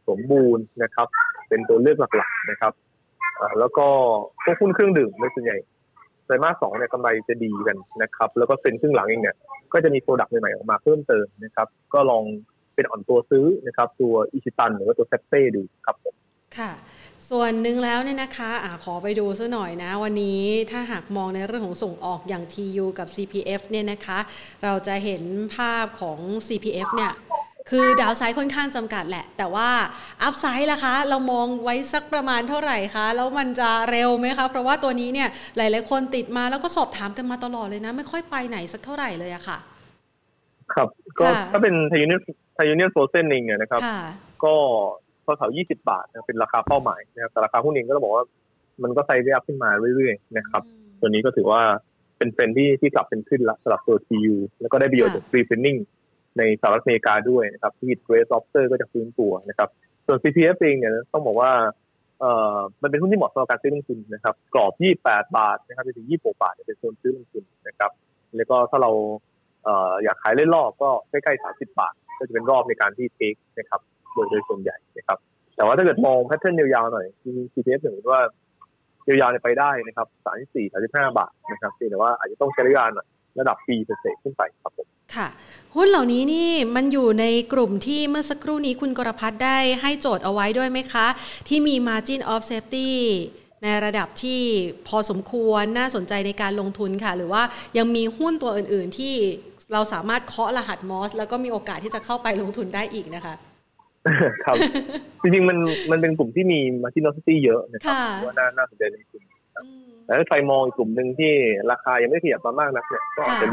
สมบูรณ์นะครับเป็นตัวเลือกหลักๆนะครับแล้วก็พวกหุ้นเครื่องดื่มโดยส่วนใหญ่ไตรมาส 2เนี่ยกำไรจะดีกันนะครับแล้วก็เป็นครึ่งหลังเองเนี่ยก็จะมีโปรดักต์ใหม่ๆออกมาเพิ่มเติมนะครับก็ลองเป็นอ่อนตัวซื้อนะครับตัวอิชิตันหรือว่าตัวเซปเต้ดูครับผมค่ะส่วนหนึ่งแล้วเนี่ยนะคะขอไปดูซะหน่อยนะวันนี้ถ้าหากมองในเรื่องของส่งออกอย่าง TU กับ CPF เนี่ยนะคะเราจะเห็นภาพของ CPF เนี่ยคือดาวไซด์ค่อนข้างจำกัดแหละแต่ว่าอัพไซด์ล่ะคะเรามองไว้สักประมาณเท่าไหร่คะแล้วมันจะเร็วไหมคะเพราะว่าตัวนี้เนี่ยหลายๆคนติดมาแล้วก็สอบถามกันมาตลอดเลยนะไม่ค่อยไปไหนสักเท่าไหร่เลยอะค่ะครับก็ถ้าเป็นไทยยูเนียนโฟเซนเองเนี่ยนะครับก็แถว20 บาทนะเป็นราคาเป้าหมายนะครับแต่ราคาหุ้นเองก็ต้องบอกว่ามันก็ไซด์อัพขึ้นมาเรื่อยๆนะครับตัวนี้ก็ถือว่าเป็นเทรนด์ที่กลับเป็นขึ้นละสำหรับตัว TU แล้วก็ได้ประโยชน์จาก refraining ในสหรัฐอเมริกาด้วยนะครับที่ Grace Lobster ก็จะฟื้นตัวนะครับส่วน CPF เองเนี่ยต้องบอกว่ามันเป็นหุ้นที่เหมาะสำหรับการซื้อลงทุนนะครับกรอบ28 บาทนะครับไปถึง26 บาทเป็นโซนซื้อลงทุนนะครับแล้วก็ถ้าเราอยากขายเล่นรอบก็ใกล้ๆ30 บาทก็จะเป็นรอบในการที่เทคนะครับโดยส่วนใหญ่นะครับแต่ว่าถ้าเกิดมองแพทเทิร์นยาวๆหน่อย CPF ถึงว่ายาวๆไปได้นะครับ34-35 บาทนะครับแต่ว่าอาจจะต้องใช้ระยะหน่อยระดับปีเศษขึ้นไปครับผมค่ะหุ้นเหล่านี้นี่มันอยู่ในกลุ่มที่เมื่อสักครู่นี้คุณกรพัฒน์ได้ให้โจทย์เอาไว้ด้วยไหมคะที่มี margin of safety ในระดับที่พอสมควรน่าสนใจในการลงทุนค่ะหรือว่ายังมีหุ้นตัวอื่นๆที่เราสามารถเคาะรหัสมอสแล้วก็มีโอกาสที่จะเข้าไปลงทุนได้อีกนะคะครับจริงๆมันเป็นกลุ่มที่มี margin of safety เยอะนะครับว่าน่าสนใจในกลุ่มแต่ถ้าใครมองอีกกลุ่มนึงที่ราคายังไม่ขยับมามากนักเนี่ยก็อาจจะดู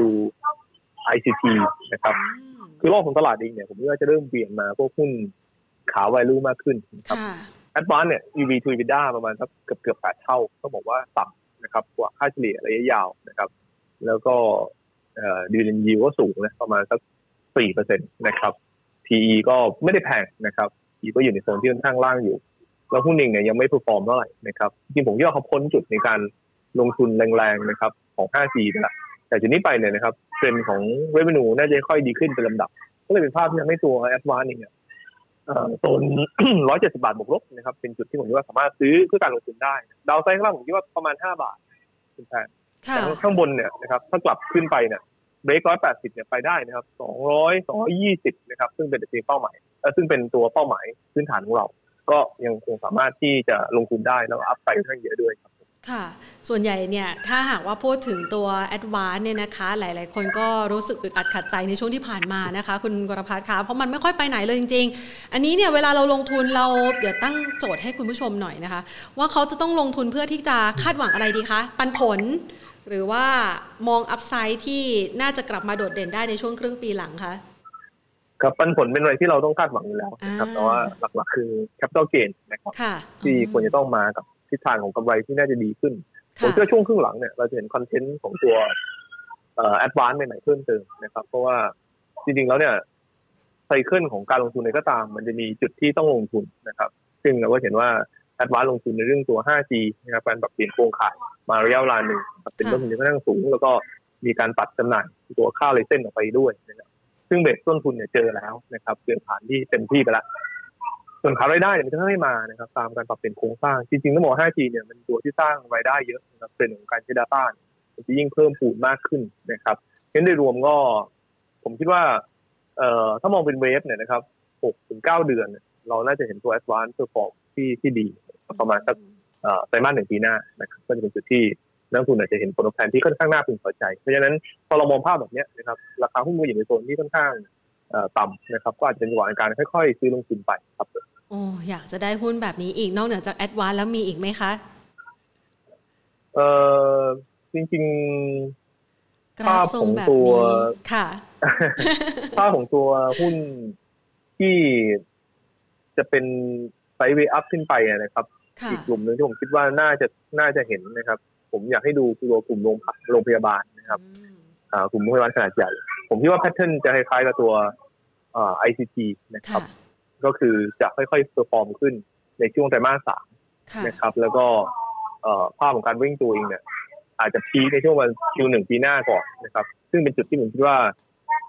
ICT นะครับคือรอบของตลาดเองเนี่ยผมว่าจะเริ่มเปลี่ยนมาพวกหุ้นขา value มากขึ้นนะครับAdvance เนี่ย EV to EBITDA ประมาณสักเกือบ8 เท่าต้องบอกว่าต่ำนะครับกว่าค่าเฉลี่ยระยะยาวนะครับแล้วก็dividend yield ก็สูงนะประมาณสัก 4% นะครับ PE ก็ไม่ได้แพงนะครับ PE ก็อยู่ในโซนที่ค่อนข้างล่างอยู่แล้วหุ้นเองเนี่ยยังไม่เพอร์ฟอร์มเท่าไหร่นะครับจริงผมคิดว่าเขาพ้นจุดในการลงทุนแรงๆนะครับของ 5G ไปแล้วแต่จากนี้ไปเนี่ยนะครับเทรนด์ของ revenue น่าจะค่อยดีขึ้นเป็นลำดับก็เลยเป็นภาพที่ทำให้ตัว Advance เนี่ยโซน 170 บาทบวกลบนะครับเป็นจุดที่ผมคิดว่าสามารถซื้อเพื่อการลงทุนได้ดาวไซด์ข้างล่างผมคิดว่าประมาณ5 บาทคุณแทนแต่ข้างบนเนี่ยนะครับถ้ากลับขึ้นไปเนี่ยเบรก180เนี่ยไปได้นะครับ200-220นะครับซึ่งเป็นเป้าหมายซึ่งเป็นตัวเป้าหมายพื้นฐานของเราก็ยังคงสามารถที่จะลงทุนได้แล้วอัพไซด์ค่อนข้างเยอะด้วยครับค่ะส่วนใหญ่เนี่ยถ้าหากว่าพูดถึงตัว Advance เนี่ยนะคะหลายๆคนก็รู้สึกอึดอัดขัดใจในช่วงที่ผ่านมานะคะคุณกรพัฒน์คะเพราะมันไม่ค่อยไปไหนเลยจริงๆอันนี้เนี่ยเวลาเราลงทุนเราเดี๋ยวตั้งโจทย์ให้คุณผู้ชมหน่อยนะคะว่าเขาจะต้องลงทุนเพื่อที่จะคาดหวังอะไรดีคะปันผลหรือว่ามองอัพไซด์ที่น่าจะกลับมาโดดเด่นได้ในช่วงครึ่งปีหลังคะครับปันผลเป็นอะไรที่เราต้องคาดหวังอยู่แล้วนะครับแต่ว่าหลักๆคือ capital gain นะครับที่ควรจะต้องมากับทิศทางของกำไรที่น่าจะดีขึ้นผมเชื่อช่วงครึ่งหลังเนี่ยเราจะเห็นคอนเทนต์ของตัวAdvance ใหม่ๆเพิ่มเติมนะครับเพราะว่าจริงๆแล้วเนี่ยไซเคิลของการลงทุนในก็ตามมันจะมีจุดที่ต้องลงทุนนะครับซึ่งเราก็เห็นว่า Advance ลงทุนในเรื่องตัว 5G นะครับการปรับเปลี่ยนโครงข่ายมาระยะเวลาหนึ่งเป็นต้นทุนที่ค่อนข้างสูงแล้วก็มีการตัดจำหน่ายตัวค่าไลเซนส์ออกไปด้วยนะครับซึ่งเบสต้นทุนเนี่ยเจอแล้วนะครับเจอฐานที่เต็มที่ไปแล้วส่วนขารายได้เนี่ยมันจะไม่มานะครับตามการปรับเปลี่ยนโครงสร้างจริงๆต้องบอก 5G เนี่ยมันตัวที่สร้างรายได้เยอะนะครับเป็นของการใช้ data มันจะยิ่งเพิ่มพูนมากขึ้นนะครับเห็นโดยรวมก็ผมคิดว่าถ้ามองเป็นเวฟเนี่ยนะครับ 6-9 เดือนเราน่าจะเห็นตัว Advance Perform ที่ดีประมาณสักไตรมาส 1 ปีหน้านะครับก็จะเป็นจุดที่นักลงทุนอาจจะเห็นผลตอบแทนที่ค่อนข้างน่าพึงพอใจเพราะฉะนั้นพอเรามองภาพแบบนี้นะครับราคาหุ้นก็อยู่ในโซนที่ค่อนข้างต่ำนะครับก็อาจจะเป็นจังหวะการค่อยๆซื้อลงทุนไปครับโอ้อยากจะได้หุ้นแบบนี้อีกนอกเหนือจาก Advance แล้วมีอีกไหมคะจริงๆภาพของตัวค่ะภาพของตัวหุ้นที่จะเป็นไซด์เวย์อัพขึ้นไปนะครับอีกกลุ่มนึงที่ผมคิดว่าน่าจะเห็นนะครับผมอยากให้ดูตัวกลุ่มโรงพยาบาลนะครับกลุ่มโรงพยาบาลขนาดใหญ่ผมคิดว่าแพทเทิร์นจะคล้ายๆกับตัวICT นะครับก็คือจะค่อยๆเพอร์ฟอร์มขึ้นในช่วงไตรมาส 3นะครับแล้วก็ภาพของการวิ่งตัวเองเนี่ยอาจจะพีคในช่วงวัน Q1 ปีหน้าก่อนนะครับซึ่งเป็นจุดที่ผมคิดว่า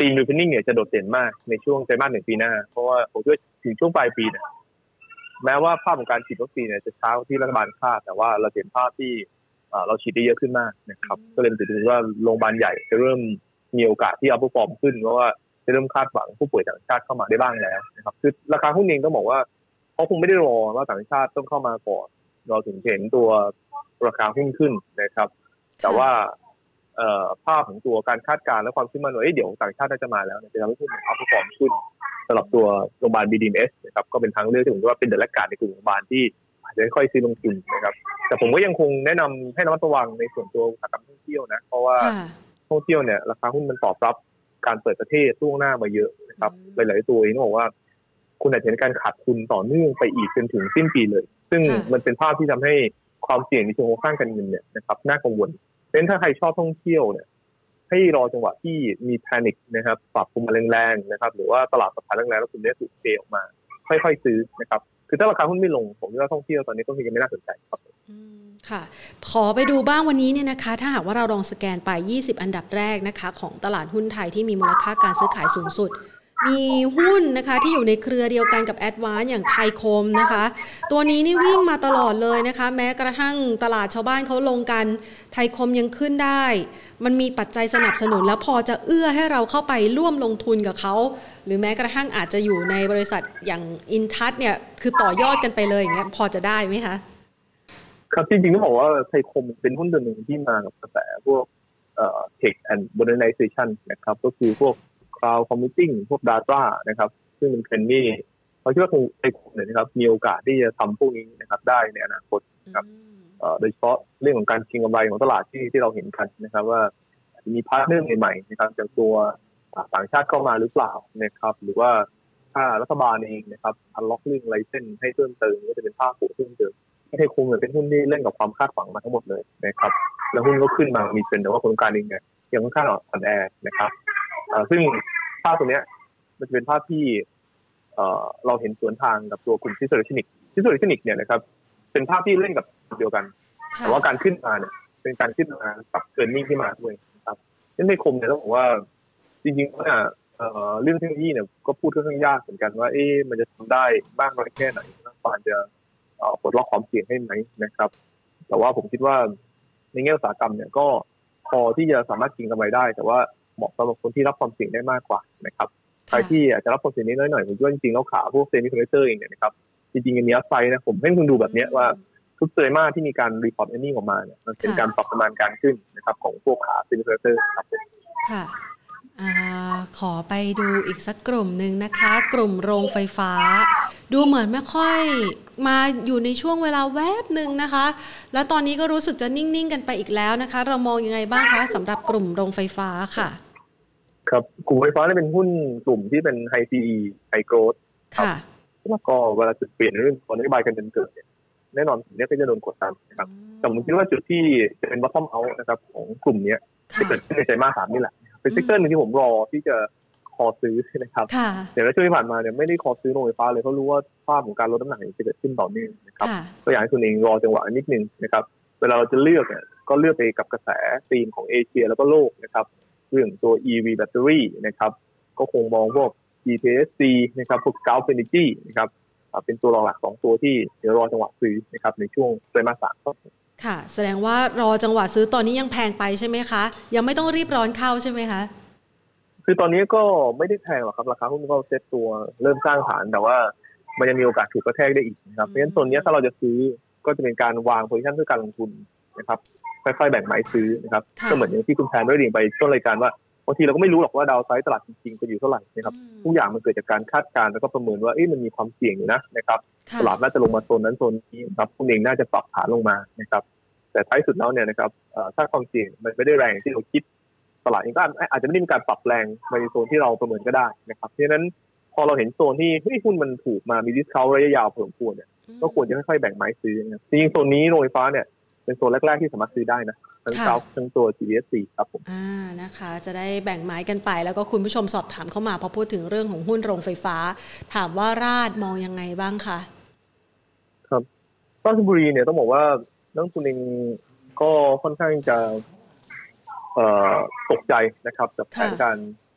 ธีม reopening เนี่ยจะโดดเด่นมากในช่วงไตรมาส1ปีหน้าเพราะว่าผมคิดว่าถึงช่วงปลายปีเนี่ยแม้ว่าภาพของการฉีดวัคซีนเนี่ยจะช้ากว่าที่รัฐบาลคาดแต่ว่าเราเห็นภาพที่เราฉีดได้เยอะขึ้นมากนะครับก็เลยถือว่าโรงพยาบาลใหญ่จะเริ่มมีโอกาสที่เอาผู้ฟอร์มขึ้นเพราะว่าจะเริ่มคาดหวังผู้ป่วยต่างชาติเข้ามาได้บ้างแล้วนะครับคือราคาหุ้นเองต้องบอกว่าเขาคงไม่ได้รอว่าต่างชาติต้องเข้ามาก่อนเราถึงเห็นตัวราคาหุ้นขึ้นนะครับแต่ว่าภาพของตัวการคาดการณ์และความเชื่อมั่นว่าเดี๋ยวต่างชาติน่าจะมาแล้วจะทำให้หุ้นเอาผู้ฟอร์มขึ้นสำหรับตัวโรงพยาบาล BDMs นะครับก็เป็นทางเลือกที่ผมว่าเป็นเดลการในกลุ่มโรงพยาบาลที่อาจจะค่อยซื้อลงทุนนะครับแต่ผมก็ยังคงแนะนำให้ระมัดระวังในส่วนตัวอุตสาหกรรมท่องเที่ยวนะเพราะว่าท่องเที่ยวเนี่ยราคาหุ้นมันตอบรับการเปิดประเทศล่วงหน้ามาเยอะนะครับหลายๆตัวเองต้องบอกว่าคุณอาจจะเห็นการขาดทุนต่อเนื่องไปอีกจนถึงสิ้นปีเลยซึ่งมันเป็นภาพที่ทำให้ความเสี่ยงในเชิงโครงสร้างการเงินเนี่ยนะครับน่ากังวลเพราะฉะนั้นถ้าใครชอบท่องเที่ยวเนี่ยให้รอจังหวะที่มีแพนิคนะครับปรับตัวมาแรงๆนะครับหรือว่าตลาดสะพานแรงๆแล้วคุณได้ถูกเทออกมาค่อยๆซื้อนะครับคือถ้าราคาหุ้นไม่ลงผมว่าท่องเที่ยวตอนนี้ก็ยังไม่น่าสนใจครับค่ะขอไปดูบ้างวันนี้เนี่ยนะคะถ้าหากว่าเราลองสแกนไป20อันดับแรกนะคะของตลาดหุ้นไทยที่มีมูลค่าการซื้อขายสูงสุดมีหุ้นนะคะที่อยู่ในเครือเดียวกันกับแอดวานซ์อย่างไทยคมนะคะตัวนี้นี่วิ่งมาตลอดเลยนะคะแม้กระทั่งตลาดชาวบ้านเขาลงกันไทยคมยังขึ้นได้มันมีปัจจัยสนับสนุนแล้วพอจะเอื้อให้เราเข้าไปร่วมลงทุนกับเขาหรือแม้กระทั่งอาจจะอยู่ในบริษัทอย่างอินทัศน์เนี่ยคือต่อยอดกันไปเลยอย่างเงี้ยพอจะได้ไหมคะครับจริงๆต้องบอกว่าไทยคมเป็นหุ้นตัวหนึ่งที่มากับกระแสพวกtech and modernization นะครับก็คือพวกcloud computing พวก data นะครับซึ่งเป็นเทรนด์นี่เขาคิดว่าไทยคมเนี่ยนะครับมีโอกาสที่จะทำพวกนี้นะครับได้ในอนาคตนะครับโดยเฉพาะเรื่องของการชิงกำไรของตลาดที่เราเห็นกันนะครับว่ามีพาร์ทเนอร์ใหม่ๆนะครับจากตัวต่างชาติเข้ามาหรือเปล่านะครับหรือว่าถ้ารัฐบาลเองนะครับอันล็อกเรื่องไลเซนส์ให้เพิ่มเติมก็จะเป็นภาพหัวเพิ่มเติมไทยคมเป็นหุ้นที่เล่นกับความคาดหวังมาทั้งหมดเลยนะครับแล้วหุ้นก็ขึ้นมามีเป็นแต่ว่าโครงการเองเนี่ยยังค่อนข้างอ่อนแอนะครับซึ่งภาพตัวเนี้ยมันจะเป็นภาพที่เราเห็นสวนทางกับตัวกลุ่มทิสโซลิชนิกเนี่ยนะครับเป็นภาพที่เล่นกับเดียวกันแต่ว่าการขึ้นมาเนี่ยเป็นการขึ้นมากับเกินนิ่งที่มาด้วยนะครับซึ่งในคมเนี่ยต้องบอกว่าจริงๆเนี่ยเรื่องเทคโนโลยีเนี่ยก็พูดค่อนข้างยากเหมือนกันว่ามันจะทำได้บ้างน้อยแค่ไหนรัฐบาลจะปลดล็อกความเสี่ยงให้ไหมนะครับแต่ว่าผมคิดว่าในแง่อุตสาหกรรมเนี่ยก็พอที่จะสามารถกินกำไรได้แต่ว่าเหมาะสำหรับคนที่รับความเสี่ยงได้มากกว่านะครับใครที่อาจจะรับความเสี่ยงน้อยหน่อยผมว่าจริงๆแล้วขาพวกเซมิคอนดักเตอร์เองเนี่ยนะครับจริงๆอันนี้อัพไซด์นะผมให้คุณดูแบบนี้ว่าทุกไตรมาสที่มีการรีพอร์ตเอร์เน็งออกมาเนี่ยมันเป็นการปรับประมาณการขึ้นนะครับของพวกขาเซมิคอนดักเตอร์ครับค่ะขอไปดูอีกสักกลุ่มหนึ่งนะคะกลุ่มโรงไฟฟ้าดูเหมือนไม่ค่อยมาอยู่ในช่วงเวลาแวบหนึ่งนะคะแล้วตอนนี้ก็รู้สึกจะนิ่งๆกันไปอีกแล้วนะคะเรามองยังไงบ้างคะสำหรับกลุ่มโรงไฟฟ้าค่ะครับกลุ่มไฟฟ้าเนี่ยเป็นหุ้นกลุ่มที่เป็น High PE High Growth ค่ะแล้วก็เวลาจุดเปลี่ยนเรื่องนโยบายการเงินเกิดเนี่ยแน่นอนสิ่งนี้ก็จะโดนกดดันนะครับแต่ผมคิดว่าจุดที่จะเป็น bottom out นะครับของกลุ่มนี้จะเกิดขึ้นในไตรมาส 3นี่แหละเป็นเซกเตอร์นึงที่ผมรอที่จะคอซื้อนะครับแต่ในช่วงที่ผ่านมาเนี่ยไม่ได้คอซื้อโรงไฟฟ้าเลยเพราะรู้ว่าภาพของการลดน้ำหนักจะเกิดขึ้นต่อเนื่องนะครับก็อยากให้คุณเองรอจังหวะนิดนึงนะครับเวลาเราจะเลือกเนี่ยก็เลือกไปกับกระแสธีมของเอเชียแล้วก็โลกนะครับเรื่องตัว EV แบตเตอรี่นะครับก็คงมองพวก GPSC นะครับพวก Gulf Energy นะครับเป็นตัวหลัก2ตัวที่เดี๋ยวรอจังหวะซื้อนะครับในช่วงไตรมาส 3 ค่ะแสดงว่ารอจังหวะซื้อตอนนี้ยังแพงไปใช่ไหมคะยังไม่ต้องรีบร้อนเข้าใช่ไหมคะคือตอนนี้ก็ไม่ได้แพงหรอกครับราคาหุ้นก็เซ็ตตัวเริ่มสร้างฐานแต่ว่ามันยังมีโอกาสถูกกระแทกได้อีกนะครับเพราะฉะนั้นตัวนี้ถ้าเราจะซื้อก็จะเป็นการวางโพซิชั่นเพื่อการลงทุนนะครับค่อยๆแบ่งไม้ซื้อนะครับก็เหมือนอย่างที่คุณแพนได้เรียนไปต้นรายการว่าบางทีเราก็ไม่รู้หรอกว่าดาวไซด์ตลาดจริงๆจะอยู่เท่าไหร่นะครับทุกอย่างมันเกิดจากการคาดการณ์แล้วก็ประเมินว่ามันมีความเสี่ยงอยู่นะครับตลาดน่าจะลงมาโซนนั้นโซนนี้ครับคุณเองน่าจะปรับฐานลงมานะครับแต่ท้ายสุดแล้วเนี่ยนะครับถ้าความเสี่ยงมันไม่ได้แรงที่เราคิดตลาดเองก็อาจจะไม่ได้มีการปรับแรงในโซนที่เราประเมินก็ได้นะครับเพราะฉะนั้นพอเราเห็นโซนที่หุ้นมันถูกมามีดิสเคาท์ระยะยาวพอสมควรเนี่ยก็ควรจะค่อยๆแบ่งไม้ซื้อนะครับจริงๆโซนนี้โรงไฟฟ้าเนี่ยเป็นโซนแรกๆที่สามารถซื้อได้นะทั้งเก้าทั้งตัว GPSC ครับผมนะคะจะได้แบ่งไม้กันไปแล้วก็คุณผู้ชมสอบถามเข้ามาพอพูดถึงเรื่องของหุ้นโรงไฟฟ้าถามว่าราชมองยังไงบ้างคะครับราชบุรีเนี่ยต้องบอกว่านักลงทุนเองก็ค่อนข้างจะตกใจนะครับกับแผนการ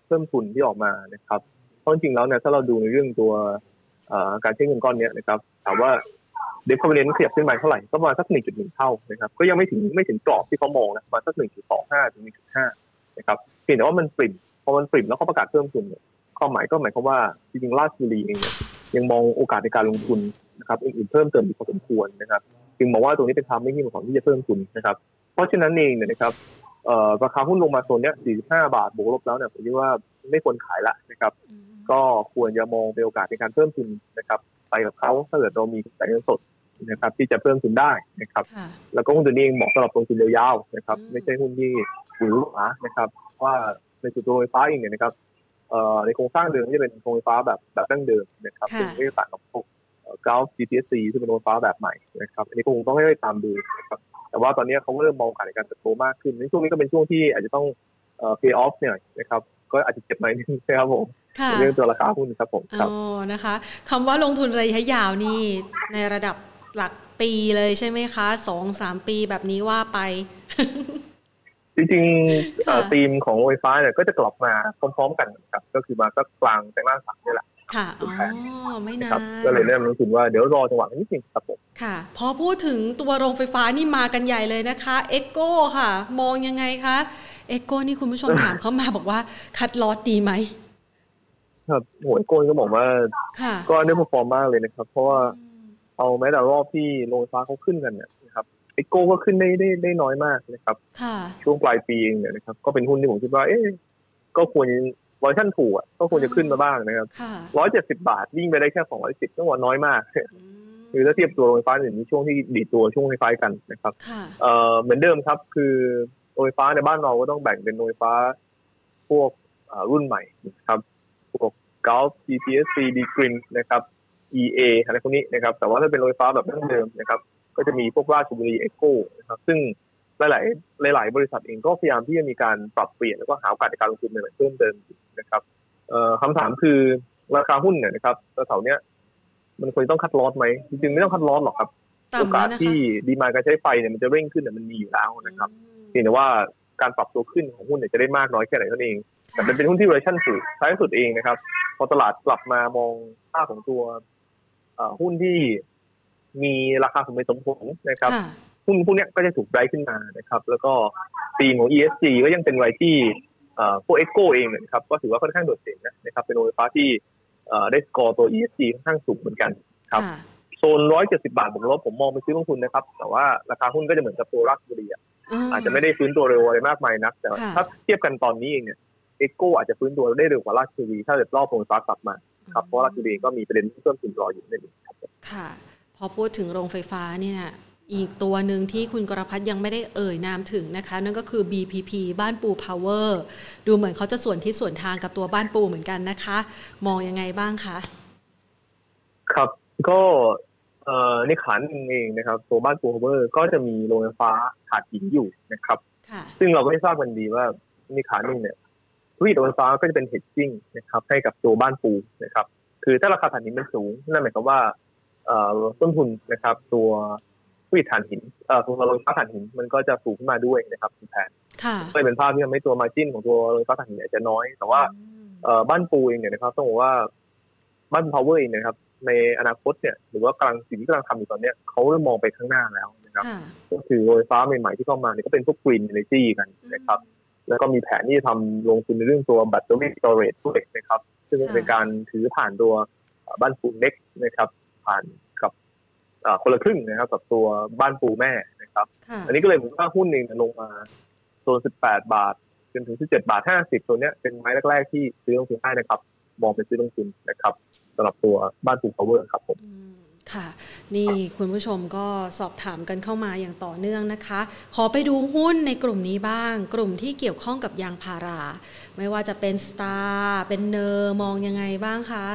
เพิ่มทุนที่ออกมานะครับเพราะจริงๆแล้วเนี่ยถ้าเราดูในเรื่องตัวการใช้เงินก้อนนี้นะครับถามว่าเดฟคอมเมนต์ขยับขึ้นมาเท่าไหร่ก็ประมาณสัก 1.1 เท่านะครับก็ยังไม่ถึงกรอบที่เขามองนะประมาณสัก 1.25 ถึง 1.5 นะครับเพียงแต่ว่ามันปริ่มพอมันปริ่มแล้วเขาประกาศเพิ่มทุนเนี่ยความหมายความว่าจริงๆราชบุรีเองเนี่ยยังมองโอกาสในการลงทุนนะครับอื่นๆเพิ่มเติมอีกพอสมควรนะครับจึงมองว่าตรงนี้เป็นทางไม่ที่เหมาะสมที่จะเพิ่มทุนนะครับเพราะฉะนั้นเองเนี่ยนะครับราคาหุ้นลงมาโซนเนี้ย45 บาทบวกลบแล้วเนี่ยผมคิดว่าไม่ควรขายละนะครับก็ควรจะมองเป็นโอกาสในการเพิ่มทุนนะครับไปกับเขาถ้าเกิดเรามีกระแสเงินสดนะครับที่จะเพิ่มทุนได้นะครับแล้วก็หุ้นตัวนี้เองเหมาะสำหรับลงทุนยาวๆนะครับไม่ใช่หุ้นที่หวือหวานะครับว่าในจุดตัวไฟฟ้าเองเนี่ยนะครับในโครงสร้างเดิมจะเป็นโครงไฟฟ้าแบบดั้งเดิมนะครับซึ่งไม่ต่างกับพวกGulf GPSC ซึ่งเป็นโรงไฟฟ้าแบบใหม่นะครับอันนี้คงต้องให้ตามดูนะครับแต่ว่าตอนนี้เขาเริ่มมองการในการเติบโตมากขึ้นในช่วงนี้ก็เป็นช่วงที่อาจจะต้องpay off เนี่ยนะครับก็อาจจะเจ็บหน่อยนึงนะครับผมเรื่องตัวราคาหุ้นครับผมอ๋อนะคะคำว่าลงทุนระยะยาวนี่ในระดับหลักปีเลยใช่ไหมคะ 2-3 ปีแบบนี้ว่าไปจริงๆธีมของโรงไฟฟ้าเนี่ยก็จะกลับมาพร้อมๆกันครับก็คือมาสักกลางไตรมาส 3นี่แหละค่ะอ๋อไม่นานก็เลยเริ่มรู้สึกว่าเดี๋ยวรอจังหวะนิดนึงครับผมค่ะพอพูดถึงตัวโรงไฟฟ้านี่มากันใหญ่เลยนะคะเอ็กโก้ค่ะมองยังไงคะเอ็กโก้นี่คุณผู้ชมถามเข้ามาบอกว่าคัดลอตดีไหมครับโหยโก้ก็บอกว่าก็ได้เพอร์ฟอร์มมากเลยนะครับเพราะว่าเอาแม้แต่รอบที่โรงไฟฟ้าเขาขึ้นกันเนี่ยนะครับเอ็กโก้ก็ขึ้นได้น้อยมากนะครับช่วงปลายปีเองเนี่ยนะครับก็เป็นหุ้นที่ผมคิดว่าก็ควรวอร์ชั่นถูกก็ควรจะขึ้นมาบ้างนะครับ170 บาทวิ่งไปได้แค่210ต้องว่าน้อยมากคือถ้าเทียบตัวโรงไฟฟ้าอื่นมีช่วงที่ดีดตัวช่วงคล้ายๆกันนะครับเหมือนเดิมครับคือโรงไฟฟ้าในบ้านเราก็ต้องแบ่งเป็นโรงไฟฟ้าพวกรุ่นใหม่นะครับพวก Gulf GPSC D-Green นะครับ EA อะไรพวกนี้นะครับแต่ว่าถ้าเป็นโรงไฟฟ้าแบบดั้งเดิมนะครับก็จะมีพวกราชบุรี Echo นะครับซึ่งหลายบริษัทเองก็พยายามที่จะมีการปรับเปลี่ยนแล้วก็หาโอกาสในการลงทุนใหม่ๆเพิ่มเติมนะครับคำถามคือราคาหุ้นเนี่ยนะครับแถวเนี้ยมันควรต้องคัดลอสไหมจริงๆไม่ต้องคัดลอสหรอกครับโอกาสที่ดีมานด์การใช้ไฟเนี่ยมันจะเร่งขึ้นเนี่ยมันมีอยู่แล้วนะครับเพียงแต่ว่าการปรับตัวขึ้นของหุ้นเนี่ยจะได้มากน้อยแค่ไหนเท่านั้นเองแต่เป็นหุ้นที่ valuation สูงท้ายสุดเองนะครับพอตลาดกลับมามองค่าของตัวหุ้นที่มีราคาสมเหตุสมผลนะครับหุ้นพวกนี้ก็จะถูกไดรฟ์ขึ้นมานะครับแล้วก็ธีมของ ESG ก็ยังเป็นอะไรที่พวก Echo เองนะครับก็ถือว่าค่อนข้างโดดเด่นนะครับเป็นโรงไฟฟ้าที่ได้สกอร์ตัว ESG ค่อนข้างสูงเหมือนกันครับโซน170 บาทผมว่าผมมองไปซื้อลงทุนนะครับแต่ว่าราคาหุ้นก็จะเหมือนกับตัวราชบุรีอาจจะไม่ได้ฟื้นตัวเร็วอะไรมากมายนักแต่ถ้าเทียบกันตอนนี้เองเนี่ย Echo อาจจะฟื้นตัวได้เร็วกว่าราชบุรีถ้าเกิดรอบโรงไฟฟ้ากลับมาครับเพราะราชบุรีก็มีประเด็นเพิ่มขึ้นรออยู่นั่นเองครับค่ะพอพูดถึงโรงไฟฟ้าเนี่ยอีกตัวหนึ่งที่คุณกรพัฒน์ยังไม่ได้เอ่ยนามถึงนะคะนั่นก็คือ BPP บ้านปูพาวเวอร์ดูเหมือนเขาจะส่วนที่ส่วนทางกับตัวบ้านปูเหมือนกันนะคะมองยังไงบ้างคะครับก็ในขาหนึ่งเองนะครับตัวบ้านปูพาวเวอร์ก็จะมีโรงไฟฟ้าถ่านหินอยู่นะครับซึ่งเราก็ได้ทราบกันดีว่าในขาหนึ่งเนี่ยธุรกิจโรงไฟฟ้าก็จะเป็น hedging นะครับให้กับตัวบ้านปูนะครับคือถ้าราคาถ่านหินมันสูงนั่นหมายความว่าต้นทุนนะครับตัวผู้ผลิตถ่านหินตัวโรงไฟฟ้าถ่านหินมันก็จะสูงขึ้นมาด้วยนะครับคุณแพนก็เป็นภาพที่ทำให้ตัว margin ของตัวโรงไฟฟ้าถ่านหินจะน้อยแต่ว่าบ้านปูเองเนี่ยนะครับต้องบอกว่าบ้าน power เองนะครับในอนาคตเนี่ยหรือว่ากำลังสิ่งที่กำลังทำอยู่ตอนนี้เขาเริ่มมองไปข้างหน้าแล้วนะครับก็คือโรงไฟฟ้าใหม่ๆที่เข้ามาเนี่ยก็เป็นพวก green energy กันนะครับแล้วก็มีแผนที่จะทำลงทุนในเรื่องตัว battery storage ด้วยนะครับซึ่งเป็นการถือผ่านตัวบ้านปู next นะครับผ่านกับคนละครึ่งนะครับกับตัวบ้านปูแม่นะครับอันนี้ก็เลยผมว่าหุ้นเองลงมาโซน18 บาทจนถึง17.50 บาทตัวเนี้ยเป็นไม้แรกๆที่ซื้อลงทุนได้นะครับมองเป็นซื้อลงทุนนะครับสำหรับตัวบ้านปูพาวเวอร์ครับผมค่ะนี่คุณผู้ชมก็สอบถามกันเข้ามาอย่างต่อเนื่องนะคะขอไปดูหุ้นในกลุ่มนี้บ้างกลุ่มที่เกี่ยวข้องกับยางพาราไม่ว่าจะเป็นสตาร์เป็นเนอร์มองยังไงบ้างคะ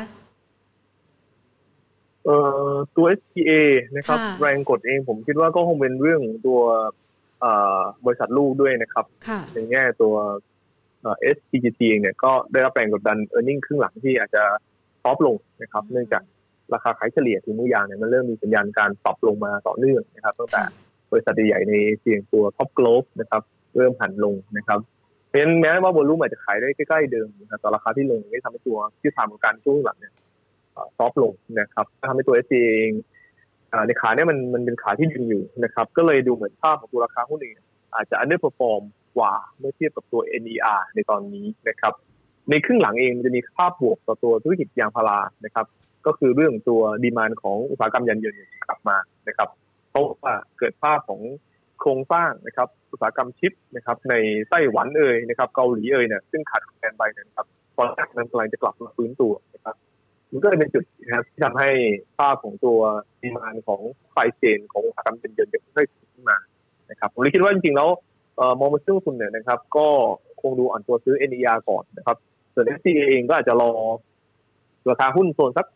ตัว SPA นะครับแรงกดเองผมคิดว่าก็คงเป็นเรื่องตัวบริษัทลูกด้วยนะครับในแง่ตัวSPGT เองเนี่ยก็ได้รับแรงกดดัน earning ครึ่งหลังที่อาจจะซอฟต์ลงนะครับเนื่องจากราคาขายเฉลี่ยถุงมือยางเนี่ยมันเริ่มมีสัญญาณการปรับลงมาต่อเนื่องนะครับตั้งแต่บริษัทใหญ่ในเสี่ยงตัว Top Glove นะครับเริ่มหันลงนะครับเพราะฉะนั้นแม้ว่าวอลลุ่มอาจจะขายได้ใกล้ๆเดิมนะครับแต่ราคาที่ลงไม่ทำให้ตัวที่ทำของการช่วงหลังเนี่ยซอฟลงนะครับทำให้ตัว SCA เองในขาเนี่ยมันเป็นขาที่ดึงอยู่นะครับก็เลยดูเหมือนภาพของตัวราคาหุ้นเองอาจจะ underperform กว่าเมื่อเทียบกับตัว NER ในตอนนี้นะครับในครึ่งหลังเองมันจะมีภาพบวกต่อตัวธุรกิจยางพารานะครับก็คือเรื่องตัวดีมานด์ของอุตสาหกรรมยานยนต์กลับมานะครับเพราะว่าเกิดภาพของโครงสร้างนะครับอุตสาหกรรมชิปนะครับในไต้หวันนะครับเกาหลีเนี่ยซึ่งขาดแคลนไปนะครับตอนนี้มันกำลังจะกลับมาฟื้นตัวนะครับมันก็เลยเป็นจุดนะครับที่ทำให้ภาพของตัวดีมานด์ของไฟเชนของอุตสาหกรรมยานยนต์ค่อยๆขึ้นมานะครับผมเลยคิดว่าจริงๆแล้วมองมาซึ่งทุนเนี่ยนะครับก็คงดูอ่อนตัวซื้อ NER ก่อนนะครับส่วน SCA เองก็อาจจะรอราคาหุ้นโซนสัก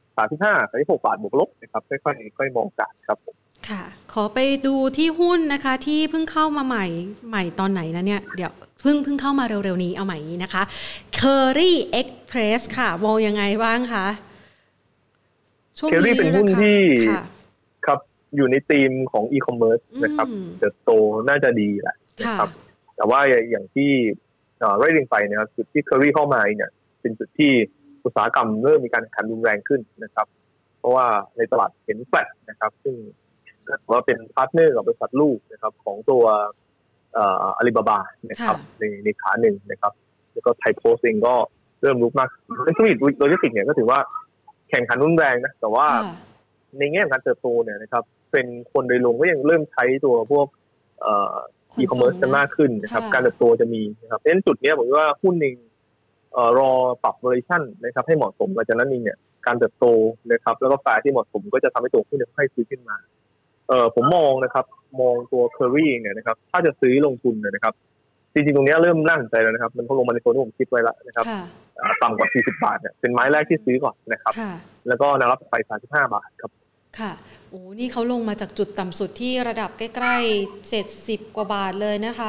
35-36 บาทบวกลบนะครับค่อยมองกันครับผมค่ะขอไปดูที่หุ้นนะคะที่เพิ่งเข้ามาใหม่ตอนไหนนะเนี่ยเดี๋ยวเพิ่งเข้ามาเร็วๆนี้เอาใหม่นี้นะคะ Curry Express ค่ะมองยังไงบ้างคะช่วงนี้ Curry เป็นหุ้นที่ครับอยู่ในธีมของ e-commerce นะครับจะโตน่าจะดีแหละนะครับแต่ว่าอย่างที่ไร่เรียงไปนะครับจุดที่ Curry เข้ามาเนี่ยเป็นจุดที่อุตสาหกรรมเริ่มมีการแข่งขันรุนแรงขึ้นนะครับเพราะว่าในตลาดเห็นแฟลตนะครับซึ่งว่าเป็นพาร์ทเนอร์กับบริษัทลูกนะครับของตัวอาลีบาบานะครับในขาหนึ่งนะครับแล้วก็ไทยโพสต์เองก็เริ่มลุกมากธุรกิจโลจิสติกส์เนี่ยก็ถือว่าแข่งขันรุนแรงนะแต่ว่าในแง่ของการเติบโตเนี่ยนะครับเป็นคนโดยรวมก็ยังเริ่มใช้ตัวพวกอีคอมเมิร์ซกันมากขึ้นนะครับการเติบโตจะมีนะครับเพราะฉะนั้นจุดนี้ผมว่าหุ้นนึงรอปรับ valuation นะครับให้เหมาะสมหลังจากนั้นนี่เนี่ยการเติบโตนะครับแล้วก็แฟร์ที่เหมาะสมก็จะทำให้ตัวหุ้นค่อยๆซื้อขึ้นมาผมมองนะครับมองตัว Curry เนี่ยนะครับถ้าจะซื้อลงทุนเนี่ยนะครับจริงๆตรงนี้เริ่มน่าสนใจแล้วนะครับมันลงมาในโซนที่ผมคิดไว้แล้วนะครับต่ำกว่า40 บาทเนี่ยเป็นไม้แรกที่ซื้อก่อนนะครับแล้วก็แนวรับไป35 บาทครับค่ะโอ้นี่เขาลงมาจากจุดต่ำสุดที่ระดับใกล้ๆ70 กว่าบาทเลยนะคะ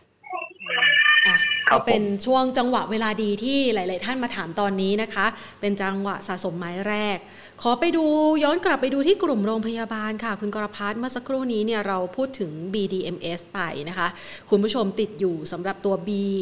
ก็เป็นช่วงจังหวะเวลาดีที่หลายๆท่านมาถามตอนนี้นะคะเป็นจังหวะสะสมไม้แรกขอไปดูย้อนกลับไปดูที่กลุ่มโรงพยาบาลค่ะคุณกรพัฒน์เมื่อสักครู่นี้เนี่ยเราพูดถึง BDMs ไปนะคะคุณผู้ชมติดอยู่สำหรับตัว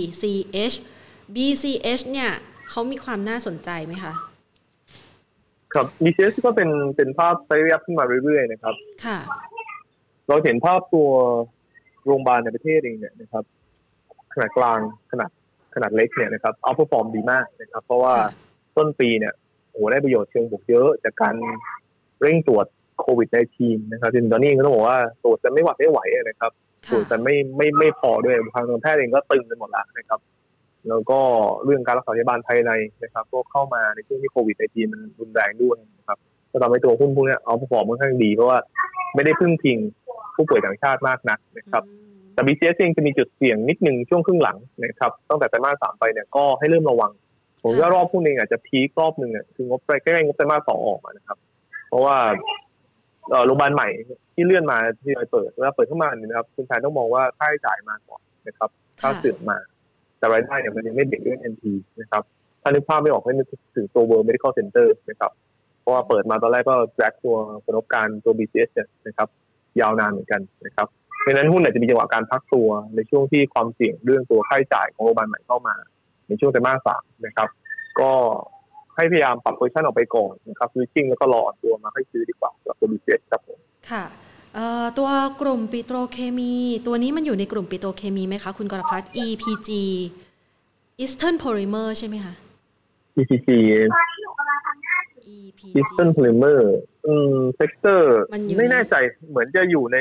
BCH เนี่ยเขามีความน่าสนใจไหมคะครับ BCH ก็เป็นภาพไซด์ยับขึ้นมาเรื่อยๆนะครับค่ะเราเห็นภาพตัวโรงพยาบาลในประเทศเองเนี่ยนะครับขนาดกลางขนาดเล็กเนี่ยนะครับเอาเพอร์ฟอร์มดีมากนะครับเพราะว่าต้นปีเนี่ยโอ้ได้ประโยชน์เชิงบวกเยอะจากการเร่งตรวจโควิด-19 นะครับจนตอนนี้ก็ต้องบอกว่าตรวจกันไม่หวัดไม่ไหวนะครับตรวจกันไม่พอด้วยทางการแพทย์เองก็ตึงกันหมดแล้วนะครับแล้วก็เรื่องการรักษาพยาบาลภายในนะครับก็เข้ามาในช่วงที่โควิด-19 มันรุนแรงด้วยนะครับก็ทำให้ตัวหุ้นพวกนี้เอาเพอร์ฟอร์มค่อนข้างดีเพราะว่าไม่ได้พึ่งพิงผู้ป่วยต่างชาติมากนักนะครับแต่ BCS เองจะมีจุดเสี่ยงนิดนึงช่วงครึ่งหลังนะครับตั้งแต่ไตรมาส 3ไปเนี่ยก็ให้เริ่มระวังผมว่ารอบพวกนี้อาจจะพีครอบนึงเนี่ยคืองบใกล้ๆงบไตรมาส 2ออกนะครับเพราะว่าโรงพยาบาลใหม่ที่เลื่อนมาที่เปิดแล้วเปิดเข้ามาเนี่ยนะครับคุณชายต้องมองว่าค่าใช้จ่ายมาก่อนนะครับค่าเสื่อมมาแต่รายได้เนี่ยมันยังไม่เบรกเรื่อง NP นะครับถ้านึกภาพไม่ออกให้นึกถึงตัว World Medical Center นะครับเพราะว่าเปิดมาตอนแรกก็แจ็คตัวผลประกอบการตัว BCS เนี่ยนะครับยาวนานเหมือนกันนะครับเพราะฉะนั้นหุ้นอาจจะมีจังหวะการพักตัวในช่วงที่ความเสี่ยงเรื่องตัวค่าใช้จ่ายของโรงพยาบาลใหม่เข้ามาในช่วงไตรมาส 3นะครับก็ให้พยายามปรับโพซิชั่นออกไปก่อนนะครับซื้อจริงแล้วก็รอตัวมาให้ซื้อดีกว่าสำหรับตัว BCS ครับผมค่ะตัวกลุ่มปิโตรเคมีตัวนี้มันอยู่ในกลุ่มปิโตรเคมีไหมคะคุณกรพัฒน์ EPG Eastern Polymer ใช่ไหมคะ EPG Eastern Polymerเซกเตอร์ไม่แน่ใจเหมือนจะอยู่ใน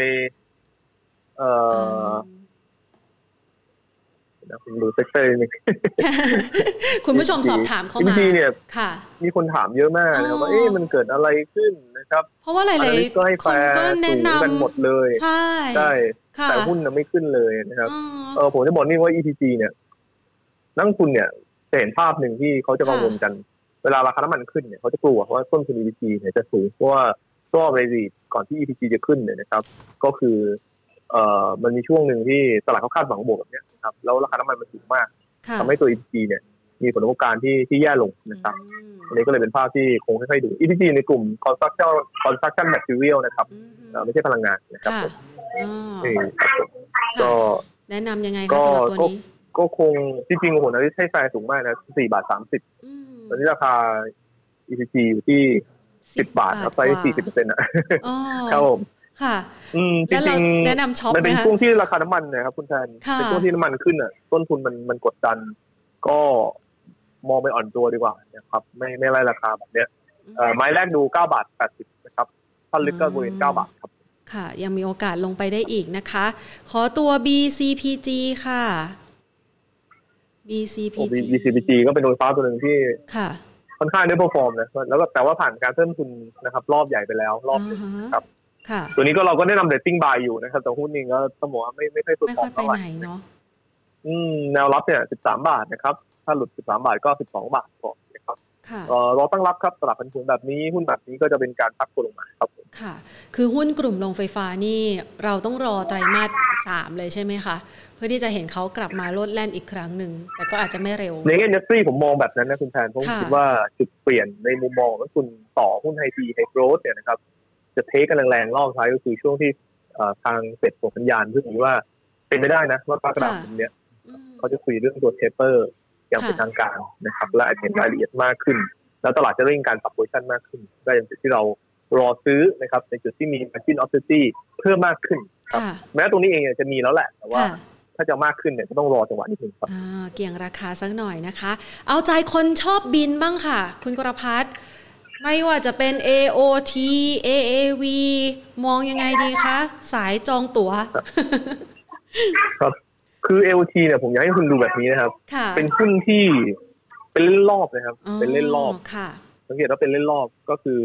ผมดูเซกเตอร์นึงคุณผู้ชมสอบถามเข้ามาเนี่ยมีคนถามเยอะมากนะครับว่ามันเกิดอะไรขึ้นนะครับเพราะว่าหลายๆคนก็แนะนำกันหมดเลยใช่แต่หุ้นไม่ขึ้นเลยนะครับผมจะบอกนี่ว่า EPG เนี่ยนักลงทุนเนี่ยจะเห็นภาพหนึ่งที่เขาจะกังวลกันเวลาราคาน้ำมันขึ้นเนี่ยเขาจะกลัวว่าต้นทุน EPG เนี่ยจะสูงเพราะว่าก็ในอดีตก่อนที่ EPG จะขึ้นเนี่ยนะครับก็คือมันมีช่วงหนึ่งที่ตลาดเขาคาดหวังบวกแบบนี้นะครับแล้วราคาน้ำมันมันสูงมากทำให้ตัว EPG เนี่ยมีผลประกอบการที่แย่ลงนะครับอันนี้ก็เลยเป็นภาพที่คงค่อยๆดู EPG ในกลุ่ม construction material นะครับไม่ใช่พลังงานนะครับก็แนะนำยังไงคะสำหรับตัวนี้ก็คงจริงๆโอ้โหนะที่ใช้แฟร์สูงมากนะ4.30 บาทตอนนี้ราคา ECG อยู่ที่10 บาทครับไซส์40%นะครับผมค่ะจริงๆแนะนำช็อปมันเป็นช่วงที่ราคาน้ำมันนะครับคุณแทนเป็นช่วงที่น้ำมันขึ้นต้นทุนมันกดดันก็มองไปอ่อนตัวดีกว่านะครับไม่ไล่ราคาแบบเนี้ยไม้แรกดู9.80 บาทนะครับถ้าลึกก็บริเวณ9 บาทครับค่ะยังมีโอกาสลงไปได้อีกนะคะขอตัว BCPG ค่ะ BCPG ก็เป็นโรงไฟฟ้าตัวหนึ่งที่ค่อนข้างได้เพอร์ฟอร์มนะแล้วก็แต่ว่าผ่านการเพิ่มทุนนะครับรอบใหญ่ไปแล้วรอบนึงครับตัวนี้ก็เราก็แนะนำเรตติ้งบายอยู่นะครับแต่หุ้นนี้ก็ต้องบอกว่าไม่ค่อยเพอร์ฟอร์มเท่าไหร่เนาะแนวรับเนี่ย13 บาทนะครับถ้าหลุด13 บาทก็12 บาทก่อนนะครับรอตั้งรับครับตลาดผันผวนแบบนี้หุ้นแบบนี้ก็จะเป็นการพักตัวลงมาครับค่ะคือหุ้นกลุ่มโรงไฟฟ้านี่เราต้องรอไตรมาส 3เลยใช่ไหมคะเพื่อที่จะเห็นเขากลับมาโลดแล่นอีกครั้งหนึ่งแต่ก็อาจจะไม่เร็วในแง่อินดัสทรีผมมองแบบนั้นนะคุณแทนผมคิดว่าจุดเปลี่ยนในมุมมองนักลงทุนต่อหุ้นไฮทีไฮโกรทเนี่ยนะครับจะเทคกันแรงๆรอบท้ายก็คือช่วงที่ทางเฟดส่งสัญญาณซึ่งว่าเป็นไม่ได้นะว่ากระดาษเนี้ยเขาจะคุยเรื่องตัวเทเปอร์อย่างเป็นทางการนะครับและเห็นรายละเอียดมากขึ้นแล้วตลาดจะเร่งการปรับโพซิชั่นมากขึ้นได้อย่างจุดที่เรารอซื้อนะครับในจุดที่มี margin of safety เพิ่มมากขึ้นครับแม้ตรงนี้เองจะมีแล้วแหละแต่ว่าถ้าจะมากขึ้นเนี่ยก็ต้องรอจังหวะนิดนึงครับเกี่ยงราคาสักหน่อยนะคะเอาใจคนชอบบินบ้างค่ะคุณกรพัฒน์ไม่ว่าจะเป็น AOT AAV มองยังไงดีคะสายจองตั๋วครับคือ AOT เนี่ยผมอยากให้คุณดูแบบนี้นะครับเป็นหุ้นที่เป็นเล่นรอบนะครับเป็นเล่นรอบสังเกตว่าเป็นเล่นรอบก็คือ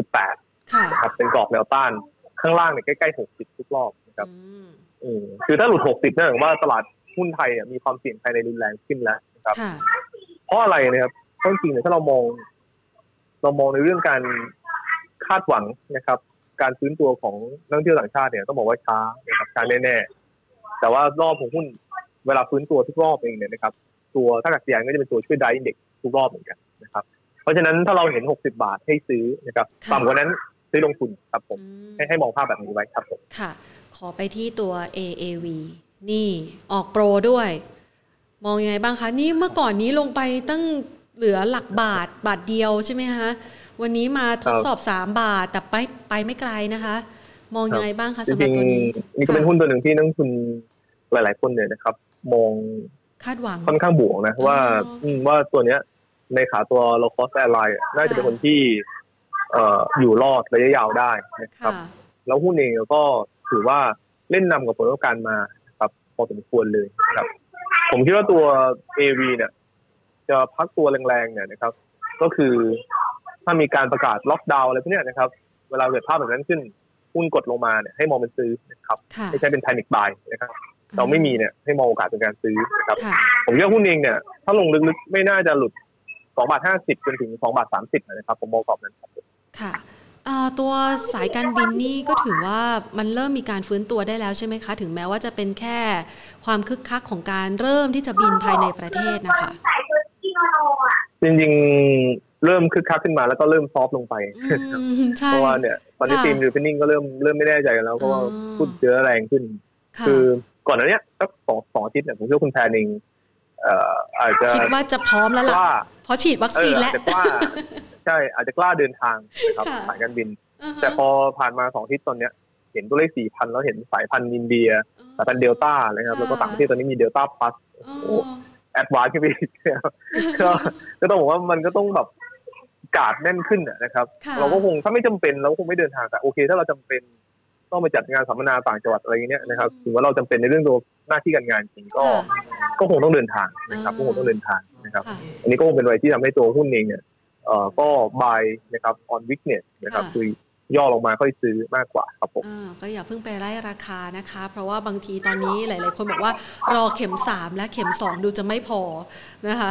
68นะครับเป็นกรอบแนวต้านข้างล่างเนี่ยใกล้ๆ60ทุกรอบนะครับคือถ้าหลุด60นั่นหมายว่าตลาดหุ้นไทยเนี่ยมีความเสี่ยงภายในรุนแรงขึ้นแล้วนะครับเพราะอะไรนะครับเพราะจริงๆเนี่ยถ้าเรามองในเรื่องการคาดหวังนะครับการฟื้นตัวของนักท่องเที่ยวต่างชาติเนี่ยต้องบอกว่าช้านะครับช้าแน่ๆแต่ว่ารอบของหุ้นเวลาฟื้นตัวทุกรอบเองเนี่ยนะครับตัวท่าอากาศยานก็จะเป็นตัวช่วยไดอินเด็กซ์ทุกรอบเหมือนกันนะครับเพราะฉะนั้นถ้าเราเห็น60 บาทให้ซื้อนะครับต่ำกว่านั้นซื้อลงทุนครับผมให้มองภาพแบบนี้ไว้ครับผมค่ะขอไปที่ตัว AAV นี่ออกโปรด้วยมองยังไงบ้างคะนี่เมื่อก่อนนี้ลงไปตั้งเหลือหลักบาทเดียวใช่ไหมคะวันนี้มาทดสอบ3 บาทแต่ไปไม่ไกลนะคะมองยังไงบ้างคะสำหรับตัวนี้นี่ก็เป็นหุ้นตัวหนึ่งที่นักลงทุนหลายๆคนเนี่ยนะครับมองคาดหวังค่อนข้างบวกนะว่าตัวเนี้ยในขาตัว low cost airline น่าจะเป็นคนที่อยู่รอดระยะยาวได้นะครับแล้วหุ้นเองก็ถือว่าเล่นนำกับผลประกอบการมาครับพอสมควรเลยครับผมคิดว่าตัว AV เนี่ยจะพักตัวแรงๆเนี่ยนะครับก็คือถ้ามีการประกาศล็อกดาวน์อะไรพวกนี้นะครับเวลาเกิดภาพแบบนั้นขึ้นหุ้นกดลงมาเนี่ยให้มองเป็นซื้อนะครับไม่ใช่เป็น panic buy นะครับเราไม่มีเนี่ยให้มองโอกาสเป็นการซื้อนะครับผมคิดว่าหุ้นเองเนี่ยถ้าลงลึกๆไม่น่าจะหลุด2.50 บาทจนถึง2.30 บาทนะครับผมมองกรอบนั้นครับค่ะตัวสายการบินนี่ก็ถือว่ามันเริ่มมีการฟื้นตัวได้แล้วใช่ไหมคะถึงแม้ว่าจะเป็นแค่ความคึกคักของการเริ่มที่จะบินภายในประเทศนะคะจริงๆเริ่มคึกคักขึ้นมาแล้วก็เริ่มซอฟลงไปเพราะว่าเนี่ยตอนนี้ทีมรีเฟนนิ่งก็เริ่มไม่แน่ใจกันแล้วเพราะว่าพูดเชื้อแรงขึ้นคือก่อนหน้านี้สัก2 อาทิตย์เนี่ยผมเชื่อคุณแพนเองอาจจะคิดว่าจะพร้อมแล้วล่ะเพราะฉีดวัคซีนแล้วใช่อาจจะกล้าเดินทางนะครับสายการบินแต่พอผ่านมา2 อาทิตย์ตอนเนี้ยเห็นตัวเลข 4,000 แล้วเห็นสายพันธุ์อินเดียสายพันธุ์เดลต้านะครับแล้วก็ต่างประเทศตอนนี้มีเดลต้าพลัสแอดวานซ์ขึ้นไปอีกก็ต้องบอกว่ามันก็ต้องแบบกาดแน่นขึ้นนะครับเราก็คงถ้าไม่จำเป็นเราคงไม่เดินทางแต่โอเคถ้าเราจำเป็นต้องไปจัดงานสัมมนาต่างจังหวัดอะไรอย่างเงี้ยนะครับถือว่าเราจำเป็นในเรื่องตัวหน้าที่การงานจริงก็คงต้องเดินทางนะครับก็คงต้องเดินทางนะครับอันนี้ก็คงเป็นอะไรที่ทำให้ตัวหุ้นเองเนี่ยก็ buy นะครับ on weakness นะครับคือย่อลงมาค่อยซื้อมากกว่าครับผมก็อย่าเพิ่งไปไล่ราคานะคะเพราะว่าบางทีตอนนี้หลายๆคนบอกว่ารอเข็ม3และเข็ม2ดูจะไม่พอนะคะ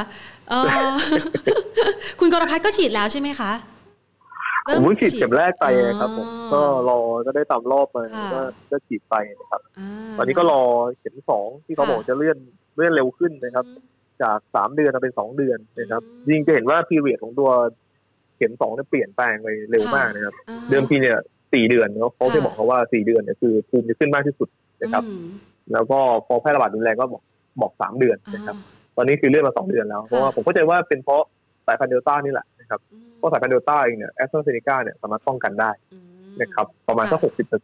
คุณกรพัฒน์ก็ฉีดแล้วใช่ไหมคะผมเพิ่งฉีดเข็มแรกไปครับผมก็รอก็ได้ตามรอบมาก็ฉีดไปนะครับตอนนี้ก็รอเข็ม2ที่เขาบอกจะเลื่อนเร็วขึ้นนะครับจาก3 เดือนเป็น2 เดือนนะครับจริงจะเห็นว่าพีเรียดของตัวเข็ม2เนี่ยเปลี่ยนแปลงไปเร็วมากนะครับเดิมทีเนี่ย4 เดือนเขาเคยบอกเขาว่า4 เดือนเนี่ยคือภูมิจะขึ้นมากที่สุดนะครับแล้วก็พอแพร่ระบาดรุนแรงก็บอกบอก3เดือนนะครับตอนนี้คือเลื่อนมา2เดือนแล้วเพราะว่าผมเข้าใจว่าเป็นเพราะสายพันธุ์เดลต้านี่แหละนะครับเพราะสายพันธุ์เดลต้าเองเนี่ยแอสตราเซเนกาเนี่ยสามารถป้องกันได้นะครับประมาณสัก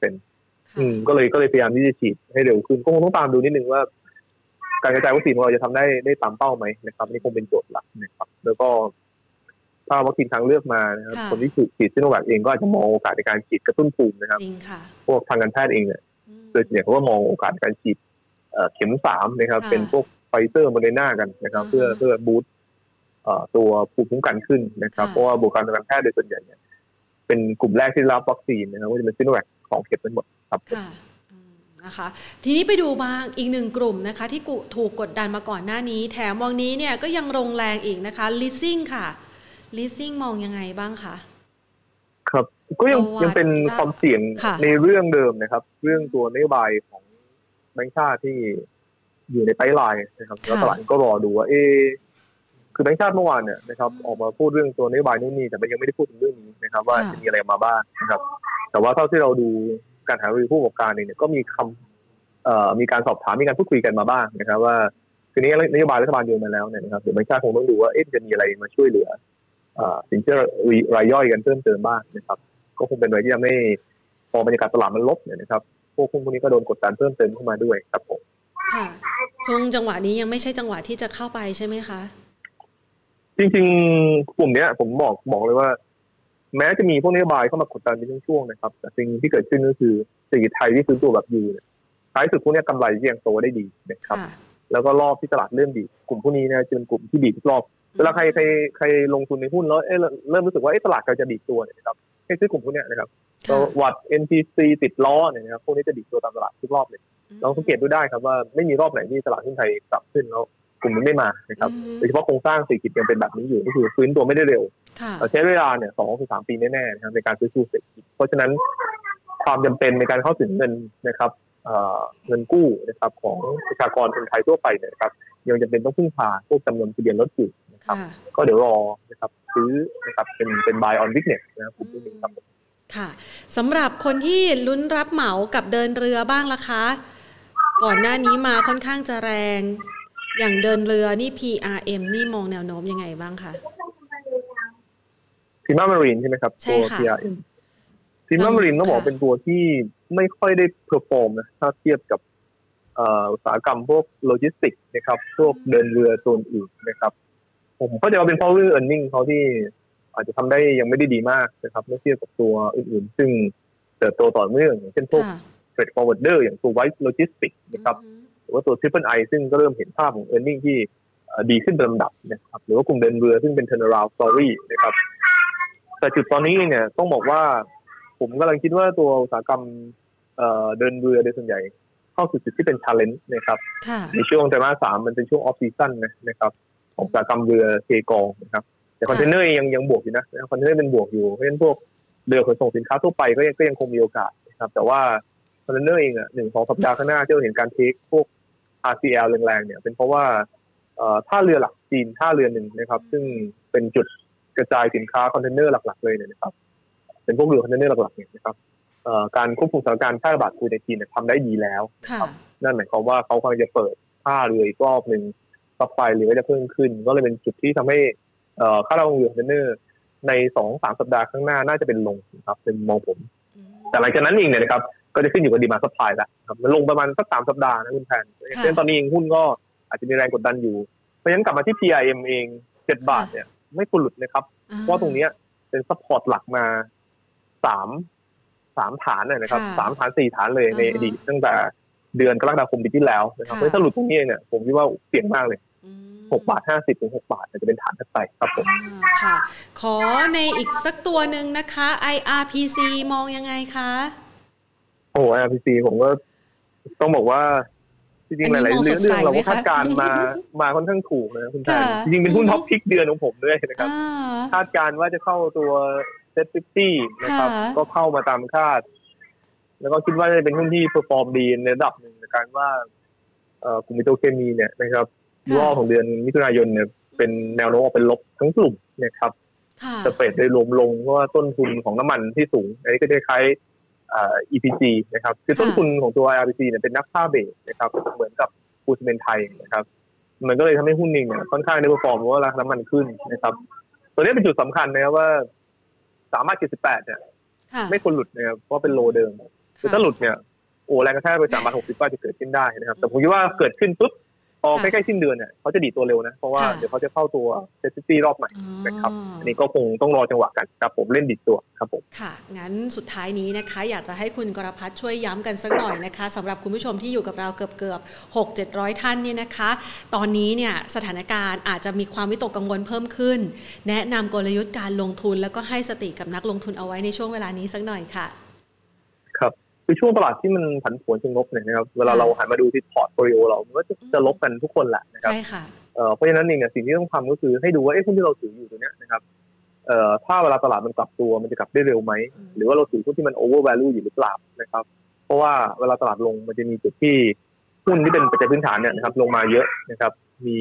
60% ก็เลยพยายามที่จะฉีดให้เร็วขึ้นก็คงต้องตามดูนิดนึงว่าการกระจายวัคซีนของเราจะทำได้ตามเป้าไหมนะครับนี่คงเป็นโจทย์หลักนะครับแล้วก็ถ้าวัคซีนทางเลือกมานะครับคนที่ฉีดซิโนแวคเองก็อาจจะมองโอกาสในการฉีดกระตุ้นภูมินะครับพวกทางการแพทย์เองเนี่ยโดยส่วนใหญ่เขาก็มองโอกาสการฉีดเข็ม3นะครับเป็นพวกไฟเซอร์โมเดอร์นากันนะครับเพื่อบูสต์ตัวภูมิคุ้มกันขึ้นนะครับเพราะว่าบุคลากรทางการแพทย์โดยส่วนใหญ่เนี่ยเป็นกลุ่มแรกที่รับวัคซีนนะครับก็จะเป็นซิโนแวค2 เข็มทั้งหมดครับนะคะทีนี้ไปดูบ้างอีก1กลุ่มนะคะที่ถูกกดดันมาก่อนหน้านี้แถมวันนี้เนี่ยก็ยังลงแรงอีกนะคะ leasing ค่ะ leasing มองยังไงบ้างคะครับก็ยังเป็นความเสี่ยงในเรื่องเดิมนะครับเรื่องตัวนโยบายของแบงก์ชาติที่อยู่ในไพป์ไลน์นะครับแล้วตลาดก็รอดูว่าคือแบงก์ชาติเมื่อวานเนี่ยนะครับออกมาพูดเรื่องตัวนโยบายนู่นนี่แต่ยังไม่ได้พูดถึงเรื่องนี้นะครับว่าจะมีอะไรมาบ้างนะครับแต่ว่าเท่าที่เราดูการหารือผู้ประกอบการเนี่ยก็มีการสอบถามมีการพูดคุยกันมาบ้างนะครับว่าทีนี้นโยบายรัฐบาลโยนมาแล้วเนี่ยนะครับเดี๋ยวแบงก์ชาติคงต้องดูว่าจะมีอะไรมาช่วยเหลือสินเชื่อรายย่อยกันเพิ่มเติมบ้างนะครับก็คงเป็นอะไรที่ทำให้พอบรรยากาศตลาดมันลบเนี่ยนะครับพวกหุ้นพวกนี้ก็โดนกดดันเพิ่มเติมเข้ามาด้วยครับผมค่ะช่วงจังหวะนี้ยังไม่ใช่จังหวะที่จะเข้าไปใช่ไหมคะจริงๆกลุ่มนี้ผมบอกเลยว่าแม้จะมีพวกนโยบายเข้ามากดดันในช่วงๆนะครับแต่สิ่งที่เกิดขึ้นก็คือเศรษฐกิจไทยที่ฟื้นตัวแบบยูเนี่ยท้ายสุดพวกนี้กำไรยังโตได้ดีนะครับแล้วก็รอบที่ตลาดเริ่มดีกลุ่มพวกนี้เนี่ยจะเป็นกลุ่มที่ดีทุกรอบเวลาใครลงทุนในหุ้นแล้วเริ่มรู้สึกว่าตลาดจะดีดตัวเนี่ยนะครับให้ซื้อกลุ่มพวกนี้นะครับตัววัด NTC ติดล้อเนี่ยนะครับพวกนี้จะดีดตัวตามตลาดทุกรอบเลยลองสังเกตดูได้ครับว่าไม่มีรอบไหนที่ตลาดหุ้นไทยปรับขึ้นแล้วกลุ่มนี้ไม่มานะครับโดยเฉพาะโครงสร้างเศรษฐกิจยังเป็นแบบนี้อยู่ก็คือฟื้นตัวไม่ได้เร็วใช้เวลาเนี่ย2-3 ปีแน่ๆนะครับในการฟื้นตัวเศรษฐกิจเพราะฉะนั้นความจำเป็นในการเข้าถึงเงินนะครับเงินกู้นะครับของประชากรคนไทยทั่วไปเนี่ยครับยังจำเป็นต้องพึ่งพาพวกจำนวนทะเบียนรถอยู่นะครับก็เดี๋ยวรอนะครับซื้อนะครับเป็น buy on weakness นะครับผมที่1ครับค่ะสำหรับคนที่ลุ้นรับเหมากับเดินเรือบ้างล่ะคะก่อนหน้านี้มาค่อนข้างจะแรงอย่างเดินเรือนี่ PRM นี่มองแนวโน้มยังไงบ้างคะ Prima Marine ใช่ไหมครับตัว PRM Prima Marine ต้องบอกเป็นตัวที่ไม่ค่อยได้เพอร์ฟอร์มนะถ้าเทียบกับอุตสาหกรรมพวกโลจิสติกส์นะครับพวกเดินเรือโซนอื่นนะครับผมเข้าใจว่าเป็นเพราะเรื่อง earning เขาที่อาจจะทำได้ยังไม่ได้ดีมากนะครับเมื่อเทียบกับตัวอื่นๆซึ่งเติบโตต่อเนื่องอย่างเช่นพวก freight forwarder อย่างตัว White Logistics นะครับหรือว่าตัว Triple I ซึ่งก็เริ่มเห็นภาพของ earning ที่ดีขึ้นเป็นลำดับนะครับหรือว่ากลุ่มเดินเรือซึ่งเป็น turnaround story นะครับแต่จุดตอนนี้เนี่ยต้องบอกว่าผมกำลังคิดว่าตัวอุตสาหกรรมเดินเรือโดยส่วนใหญ่เข้าสู่จุดที่เป็น challenge นะครับในช่วงไตรมาส 3มันเป็นช่วง off season นะครับของอุตสาหกรรมเรือเทกองนะครับแต่คอนเทนเนอร์ยังบวกอยู่นะคอนเทนเนอร์เป็นบวกอยู่เพราะฉะนั้นพวกเรือขนส่งสินค้าทั่วไปก็ยังคงมีโอกาสนะครับแต่ว่าคอนเทนเนอร์เอง1-2 สัปดาห์ข้างหน้าที่เราเห็นการเทคพวก RCL แรงๆเนี่ยเป็นเพราะว่าท่าเรือหลักจีนท่าเรือหนึ่งนะครับซึ่งเป็นจุดกระจายสินค้าคอนเทนเนอร์หลักๆเลยเนี่ยนะครับเป็นพวกเรือคอนเทนเนอร์หลักๆเนี่ยนะครับการควบคุมสถานการณ์แพร่ระบาดโควิด-19 เนี่ยทำได้ดีแล้วครับนั่นหมายความว่าเขากำลังจะเปิดท่าเรืออีกรอบนึงซัพพลายเรือก็จะเพิ่มขึ้นก็เลยเป็นจุดที่ทำให้ค่าลงเรือคอนเทนเนอร์ใน 2-3 สัปดาห์ข้างหน้าน่าจะเป็นลงครับเป็นมองผมแต่หลังจากนั้นเองเนี่ยนะครับก็จะขึ้นอยู่กับดีมานด์ซัพพลายแล้วครับมันลงประมาณสัก3 สัปดาห์นะคุณแพนเช่นตอนนี้หุ้นก็อาจจะมีแรงกดดันอยู่เพราะฉะนั้นกลับมาที่ PRM เอง7 บาทเนี่ยไม่ควรหลุดนะครับเพราะตรงนี้เป็นซัพพอร์ตหลักมา3ฐานนะครับ3ฐาน4ฐานเลยในอดีตตั้งแต่เดือนกรกฎาคมปีที่แล้วนะครับเพราะถ้าหลุดตรงนี้เนี่ยผมคิดว่าเสี่ยงมากเลย6.50 ถึง 6 บาทจะเป็นฐานถัดไปครับผมค่ะขอในอีกสักตัวนึงนะคะ IRPC มองยังไงคะโอ้ IRPC ผมก็ต้องบอกว่าจริงๆหลายๆเรื่องเราก็คาดการณ์มาค่อนข้างถูกนะคุณแทนจริงๆเป็นหุ้นท็อปพิกเดือนของผมด้วยนะครับคาดการณ์ว่าจะเข้าตัวZ50 นะครับก็เข้ามาตามคาดแล้วก็คิดว่าจะเป็นหุ้นที่เพอร์ฟอร์มดีในระดับหนึ่งในการว่ากลุ่มปิโตรเคมีเนี่ยนะครับรอบของเดือนมิถุนายนเนี่ยเป็นแนวโน้มออกเป็นลบทั้งกลุ่มนะครับสเปรดได้รวมลงเพราะว่าต้นทุนของน้ำมันที่สูงอันนี้ก็จะคล้ายEPG นะครับคือต้นทุนของตัว IRPC เนี่ยเป็นนักฆ่าเบสนะครับเหมือนกับปูนซีเมนต์ไทยนะครับมันก็เลยทำให้หุ้นเนี่ยค่อนข้างได้เปอร์ฟอร์มเพราะว่าราคาน้ำมันขึ้นนะครับตัวนี้เป็นจุดสำคัญนะครับว่า3.78เนี่ยไม่ควรหลุดนะครับเพราะเป็นโลเดิมคือถ้าหลุดเนี่ยแรงกระแทกไป3.60ก็จะเกิดขึ้นได้นะครับแต่ผมคิดว่าเกิดขึ้นปุ๊บพอใกล้ๆสิ้นเดือนเนี่ยเขาจะดีตัวเร็วนะเพราะว่าเดี๋ยวเขาจะเข้าตัวเซสซิตี้รอบใหม่นะครับอันนี้ก็คงต้องรอจังหวะกันครับผมเล่นดีตัวครับผมค่ะงั้นสุดท้ายนี้นะคะอยากจะให้คุณกรพัฒน์ช่วยย้ำกันสักหน่อยนะคะสำหรับคุณผู้ชมที่อยู่กับเราเกือบ600-700 ท่านเนี่ยนะคะตอนนี้เนี่ยสถานการณ์อาจจะมีความวิตกกังวลเพิ่มขึ้นแนะนำกลยุทธ์การลงทุนแล้วก็ให้สติกับนักลงทุนเอาไว้ในช่วงเวลานี้สักหน่อยค่ะครับคือช่วงตลาดที่มันผันผวนเชิงลบเนี่ยนะครับเวลาเราหันมาดูที่พอร์ตโฟลิโอเรามันก็จะลบกันทุกคนแหละนะครับใช่ค่ะเพราะฉะนั้นเองเนี่ยสิ่งที่ต้องทำก็คือให้ดูว่าหุ้นที่เราถืออยู่ตัวเนี้ยนะครับถ้าเวลาตลาดมันกลับตัวมันจะกลับได้เร็วไหมหรือว่าเราถือหุ้นที่มันโอเวอร์แวลูอยู่หรือเปล่านะครับเพราะว่าเวลาตลาดลงมันจะมีจุดที่หุ้นที่เป็นปัจจัยพื้นฐานเนี่ยนะครับลงมาเยอะนะครับมี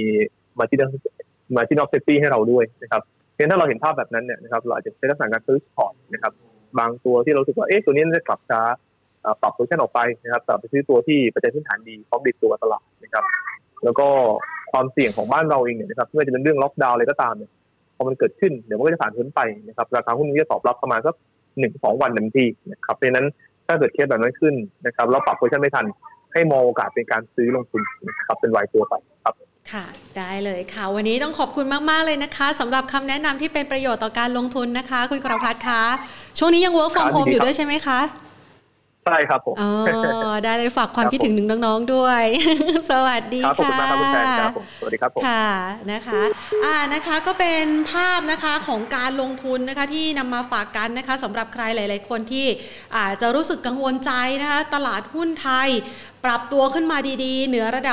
margin of safety ให้เราด้วยนะครับเพราะฉะนั้นถ้าเราเห็นภาพแบบนั้นเนี่ยนะครับเราอาจจะใช้ลักษณะการซื้อพอร์ตนะครับบางตัวที่เราคิดว่าตัวนี้จะกลับช้าปรับโพซิชั่นออกไปนะครับกลับไปซื้อตัวที่ปัจจัยพื้นฐานดีพร้อมดิดตัวตลาดนะครับแล้วก็ความเสี่ยงของบ้านเราเองเนี่ยนะครับไม่ว่าจะเป็นเรื่องล็อกดาวน์อะไรก็ตามเนี่ยพอมันเกิดขึ้นเดี๋ยวมันก็จะผ่านพ้นไปนะครับราคาหุ้นนี้จะตอบรับประมาณสัก 1-2 วันเต็มที่นะครับเพราะฉะนั้นถ้าเกิดเคสแบบนั้นขึ้นนะครับแล้วปรับโพซิชั่นไม่ทันให้มองโอกาสเป็นการซื้อลงทุนนะครับเป็นรายตัวไปครับค่ะได้เลยค่ะวันนี้ต้องขอบคุณมากๆเลยนะคะสำหรับคำแนะนำที่เป็นประโยชน์ต่อการลงทุนนะคะคุณกรพัฒน์คะช่วงนี้ยัง work from home อยู่ด้วยใช่ไหมคะใช่ครับผมได้เลยฝากความคิดถึงน้องๆด้วยสวัสดีค่ะขอบคุณมากครับคุณแฟนครับผมสวัสดีครับผมค่ะนะคะนะคะก็เป็นภาพนะคะของการลงทุนนะคะที่นำมาฝากกันนะคะสำหรับใครหลายๆคนที่อาจจะรู้สึกกังวลใจนะคะตลาดหุ้นไทยปรับตัวขึ้นมาดีๆเหนือระดับ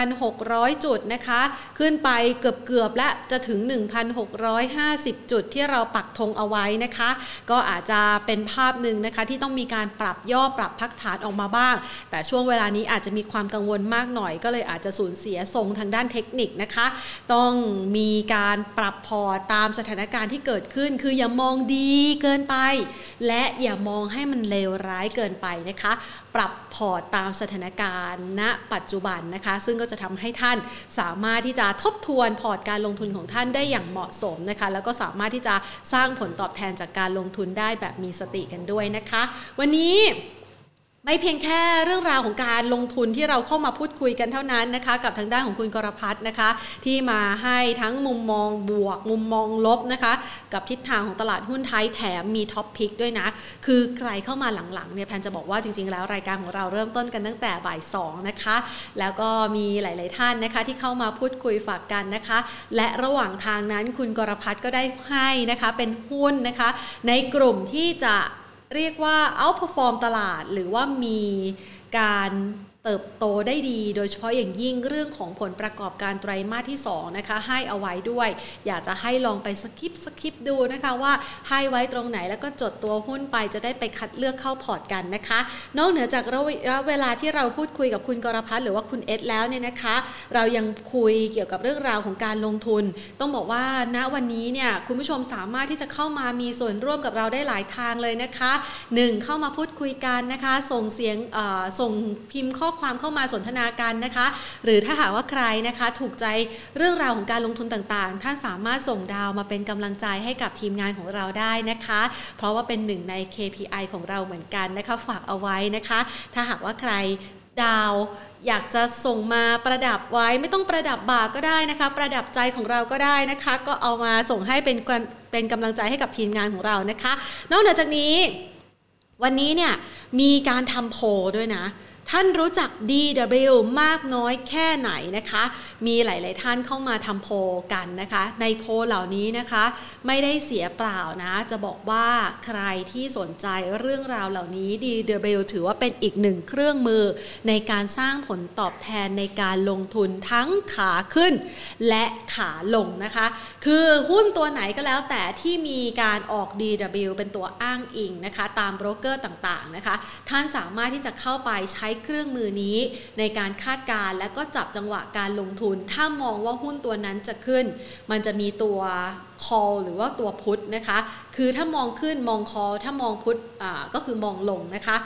1,600 จุดนะคะขึ้นไปเกือบและจะถึง 1,650 จุดที่เราปักธงเอาไว้นะคะก็อาจจะเป็นภาพหนึ่งนะคะที่ต้องมีการปรับย่อปรับพักฐานออกมาบ้างแต่ช่วงเวลานี้อาจจะมีความกังวลมากหน่อยก็เลยอาจจะสูญเสียทรงทางด้านเทคนิคนะคะต้องมีการปรับพอร์ตตามสถานการณ์ที่เกิดขึ้นคืออย่ามองดีเกินไปและอย่ามองให้มันเลวร้ายเกินไปนะคะปรับพอร์ตตามสถานการณ์ณปัจจุบันนะคะซึ่งก็จะทำให้ท่านสามารถที่จะทบทวนพอร์ตการลงทุนของท่านได้อย่างเหมาะสมนะคะแล้วก็สามารถที่จะสร้างผลตอบแทนจากการลงทุนได้แบบมีสติกันด้วยนะคะวันนี้ไม่เพียงแค่เรื่องราวของการลงทุนที่เราเข้ามาพูดคุยกันเท่านั้นนะคะกับทางด้านของคุณกรพัฒน์นะคะที่มาให้ทั้งมุมมองบวกมุมมองลบนะคะกับทิศทางของตลาดหุ้นไทยแถมมีท็อปพิกด้วยนะคือใครเข้ามาหลังๆเนี่ยแพนจะบอกว่าจริงๆแล้วรายการของเราเริ่มต้นกันตั้งแต่บ่าย 2นะคะแล้วก็มีหลายๆท่านนะคะที่เข้ามาพูดคุยฝากกันนะคะและระหว่างทางนั้นคุณกรพัฒน์ก็ได้ให้นะคะเป็นหุ้นนะคะในกลุ่มที่จะเรียกว่า outperform ตลาดหรือว่ามีการเติบโตได้ดีโดยเฉพาะอย่างยิ่งเรื่องของผลประกอบการไตรมาสที่2นะคะให้เอาไว้ด้วยอยากจะให้ลองไปสคิปดูนะคะว่าให้ไว้ตรงไหนแล้วก็จดตัวหุ้นไปจะได้ไปคัดเลือกเข้าพอร์ตกันนะคะนอกเหนือจากระยะเวลาที่เราพูดคุยกับคุณกรพัฒน์หรือว่าคุณเอสแล้วเนี่ยนะคะเรายังคุยเกี่ยวกับเรื่องราวของการลงทุนต้องบอกว่าณวันนี้เนี่ยคุณผู้ชมสามารถที่จะเข้ามามีส่วนร่วมกับเราได้หลายทางเลยนะคะ1เข้ามาพูดคุยกันนะคะส่งเสียงส่งพิมพ์ข้อความเข้ามาสนทนากันนะคะหรือถ้าหากว่าใครนะคะถูกใจเรื่องราวของการลงทุนต่างๆท่านสามารถส่งดาวมาเป็นกำลังใจให้กับทีมงานของเราได้นะคะเพราะว่าเป็นหนึ่งใน KPI ของเราเหมือนกันนะคะฝากเอาไว้นะคะถ้าหากว่าใครดาวอยากจะส่งมาประดับไว้ไม่ต้องประดับบ่าก็ได้นะคะประดับใจของเราก็ได้นะคะก็เอามาส่งให้เป็นกำลังใจให้กับทีมงานของเรานะคะนอกจากนี้วันนี้เนี่ยมีการทำโพลด้วยนะท่านรู้จัก DW มากน้อยแค่ไหนนะคะมีหลายๆท่านเข้ามาทำโพลกันนะคะในโพลเหล่านี้นะคะไม่ได้เสียเปล่านะจะบอกว่าใครที่สนใจเรื่องราวเหล่านี้ DW ถือว่าเป็นอีกหนึ่งเครื่องมือในการสร้างผลตอบแทนในการลงทุนทั้งขาขึ้นและขาลงนะคะคือหุ้นตัวไหนก็แล้วแต่ที่มีการออก DW เป็นตัวอ้างอิงนะคะตามโบรกเกอร์ต่างๆนะคะท่านสามารถที่จะเข้าไปใช้เครื่องมือนี้ในการคาดการณ์และก็จับจังหวะการลงทุนถ้ามองว่าหุ้นตัวนั้นจะขึ้นมันจะมีตัว call หรือว่าตัว put นะคะคือถ้ามองขึ้นมอง call ถ้ามอง put ก็คือมองลงนะคะ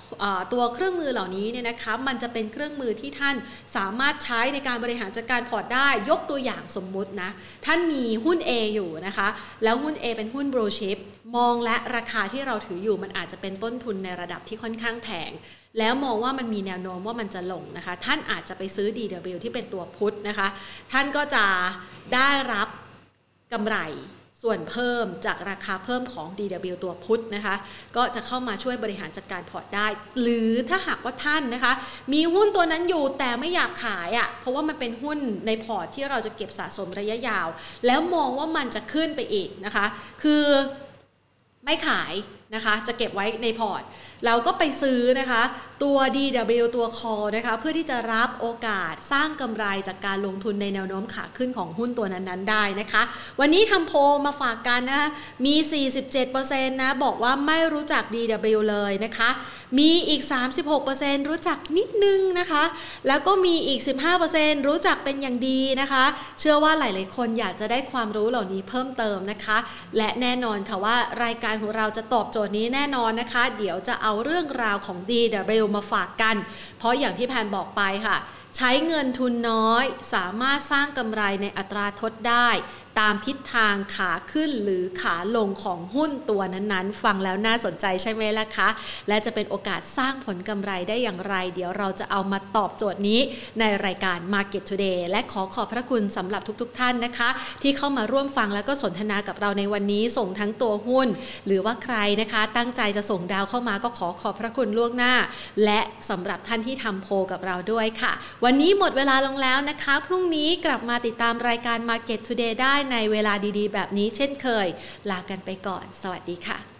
ตัวเครื่องมือเหล่านี้เนี่ยนะคะมันจะเป็นเครื่องมือที่ท่านสามารถใช้ในการบริหารจัดการพอร์ตได้ยกตัวอย่างสมมุตินะท่านมีหุ้น A อยู่นะคะแล้วหุ้น A เป็นหุ้น blue chip มองและราคาที่เราถืออยู่มันอาจจะเป็นต้นทุนในระดับที่ค่อนข้างแพงแล้วมองว่ามันมีแนวโน้มว่ามันจะลงนะคะท่านอาจจะไปซื้อ DW ที่เป็นตัวพุทธนะคะท่านก็จะได้รับกำไรส่วนเพิ่มจากราคาเพิ่มของ DW ตัวพุทธนะคะก็จะเข้ามาช่วยบริหารจัดการพอร์ตได้หรือถ้าหากว่าท่านนะคะมีหุ้นตัวนั้นอยู่แต่ไม่อยากขายเพราะว่ามันเป็นหุ้นในพอร์ตที่เราจะเก็บสะสมระยะยาวแล้วมองว่ามันจะขึ้นไปอีกนะคะคือไม่ขายนะคะจะเก็บไว้ในพอร์ตเราก็ไปซื้อนะคะตัว DW ตัว call นะคะเพื่อที่จะรับโอกาสสร้างกำไรจากการลงทุนในแนวโน้มขาขึ้นของหุ้นตัวนั้นๆได้นะคะวันนี้ทำโพลมาฝากกันนะมี 47% นะบอกว่าไม่รู้จัก DW เลยนะคะมีอีก 36% รู้จักนิดนึงนะคะแล้วก็มีอีก 15% รู้จักเป็นอย่างดีนะคะเชื่อว่าหลายๆคนอยากจะได้ความรู้เหล่านี้เพิ่มเติมนะคะและแน่นอนค่ะว่ารายการของเราจะตอบโจทย์นี้แน่นอนนะคะเดี๋ยวจะเอาเรื่องราวของ DW มาฝากกันเพราะอย่างที่แพนบอกไปค่ะใช้เงินทุนน้อยสามารถสร้างกำไรในอัตราทดได้ตามทิศทางขาขึ้นหรือขาลงของหุ้นตัวนั้นๆฟังแล้วน่าสนใจใช่ไหมล่ะคะและจะเป็นโอกาสสร้างผลกำไรได้อย่างไรเดี๋ยวเราจะเอามาตอบโจทย์นี้ในรายการ Market Today และขอบพระคุณสำหรับทุกๆท่านนะคะที่เข้ามาร่วมฟังแล้วก็สนทนากับเราในวันนี้ส่งทั้งตัวหุ้นหรือว่าใครนะคะตั้งใจจะส่งดาวเข้ามาก็ขอบพระคุณล่วงหน้าและสำหรับท่านที่ทำโพลกับเราด้วยค่ะวันนี้หมดเวลาลงแล้วนะคะพรุ่งนี้กลับมาติดตามรายการ Market Today ได้ในเวลาดีๆแบบนี้เช่นเคยลากันไปก่อนสวัสดีค่ะ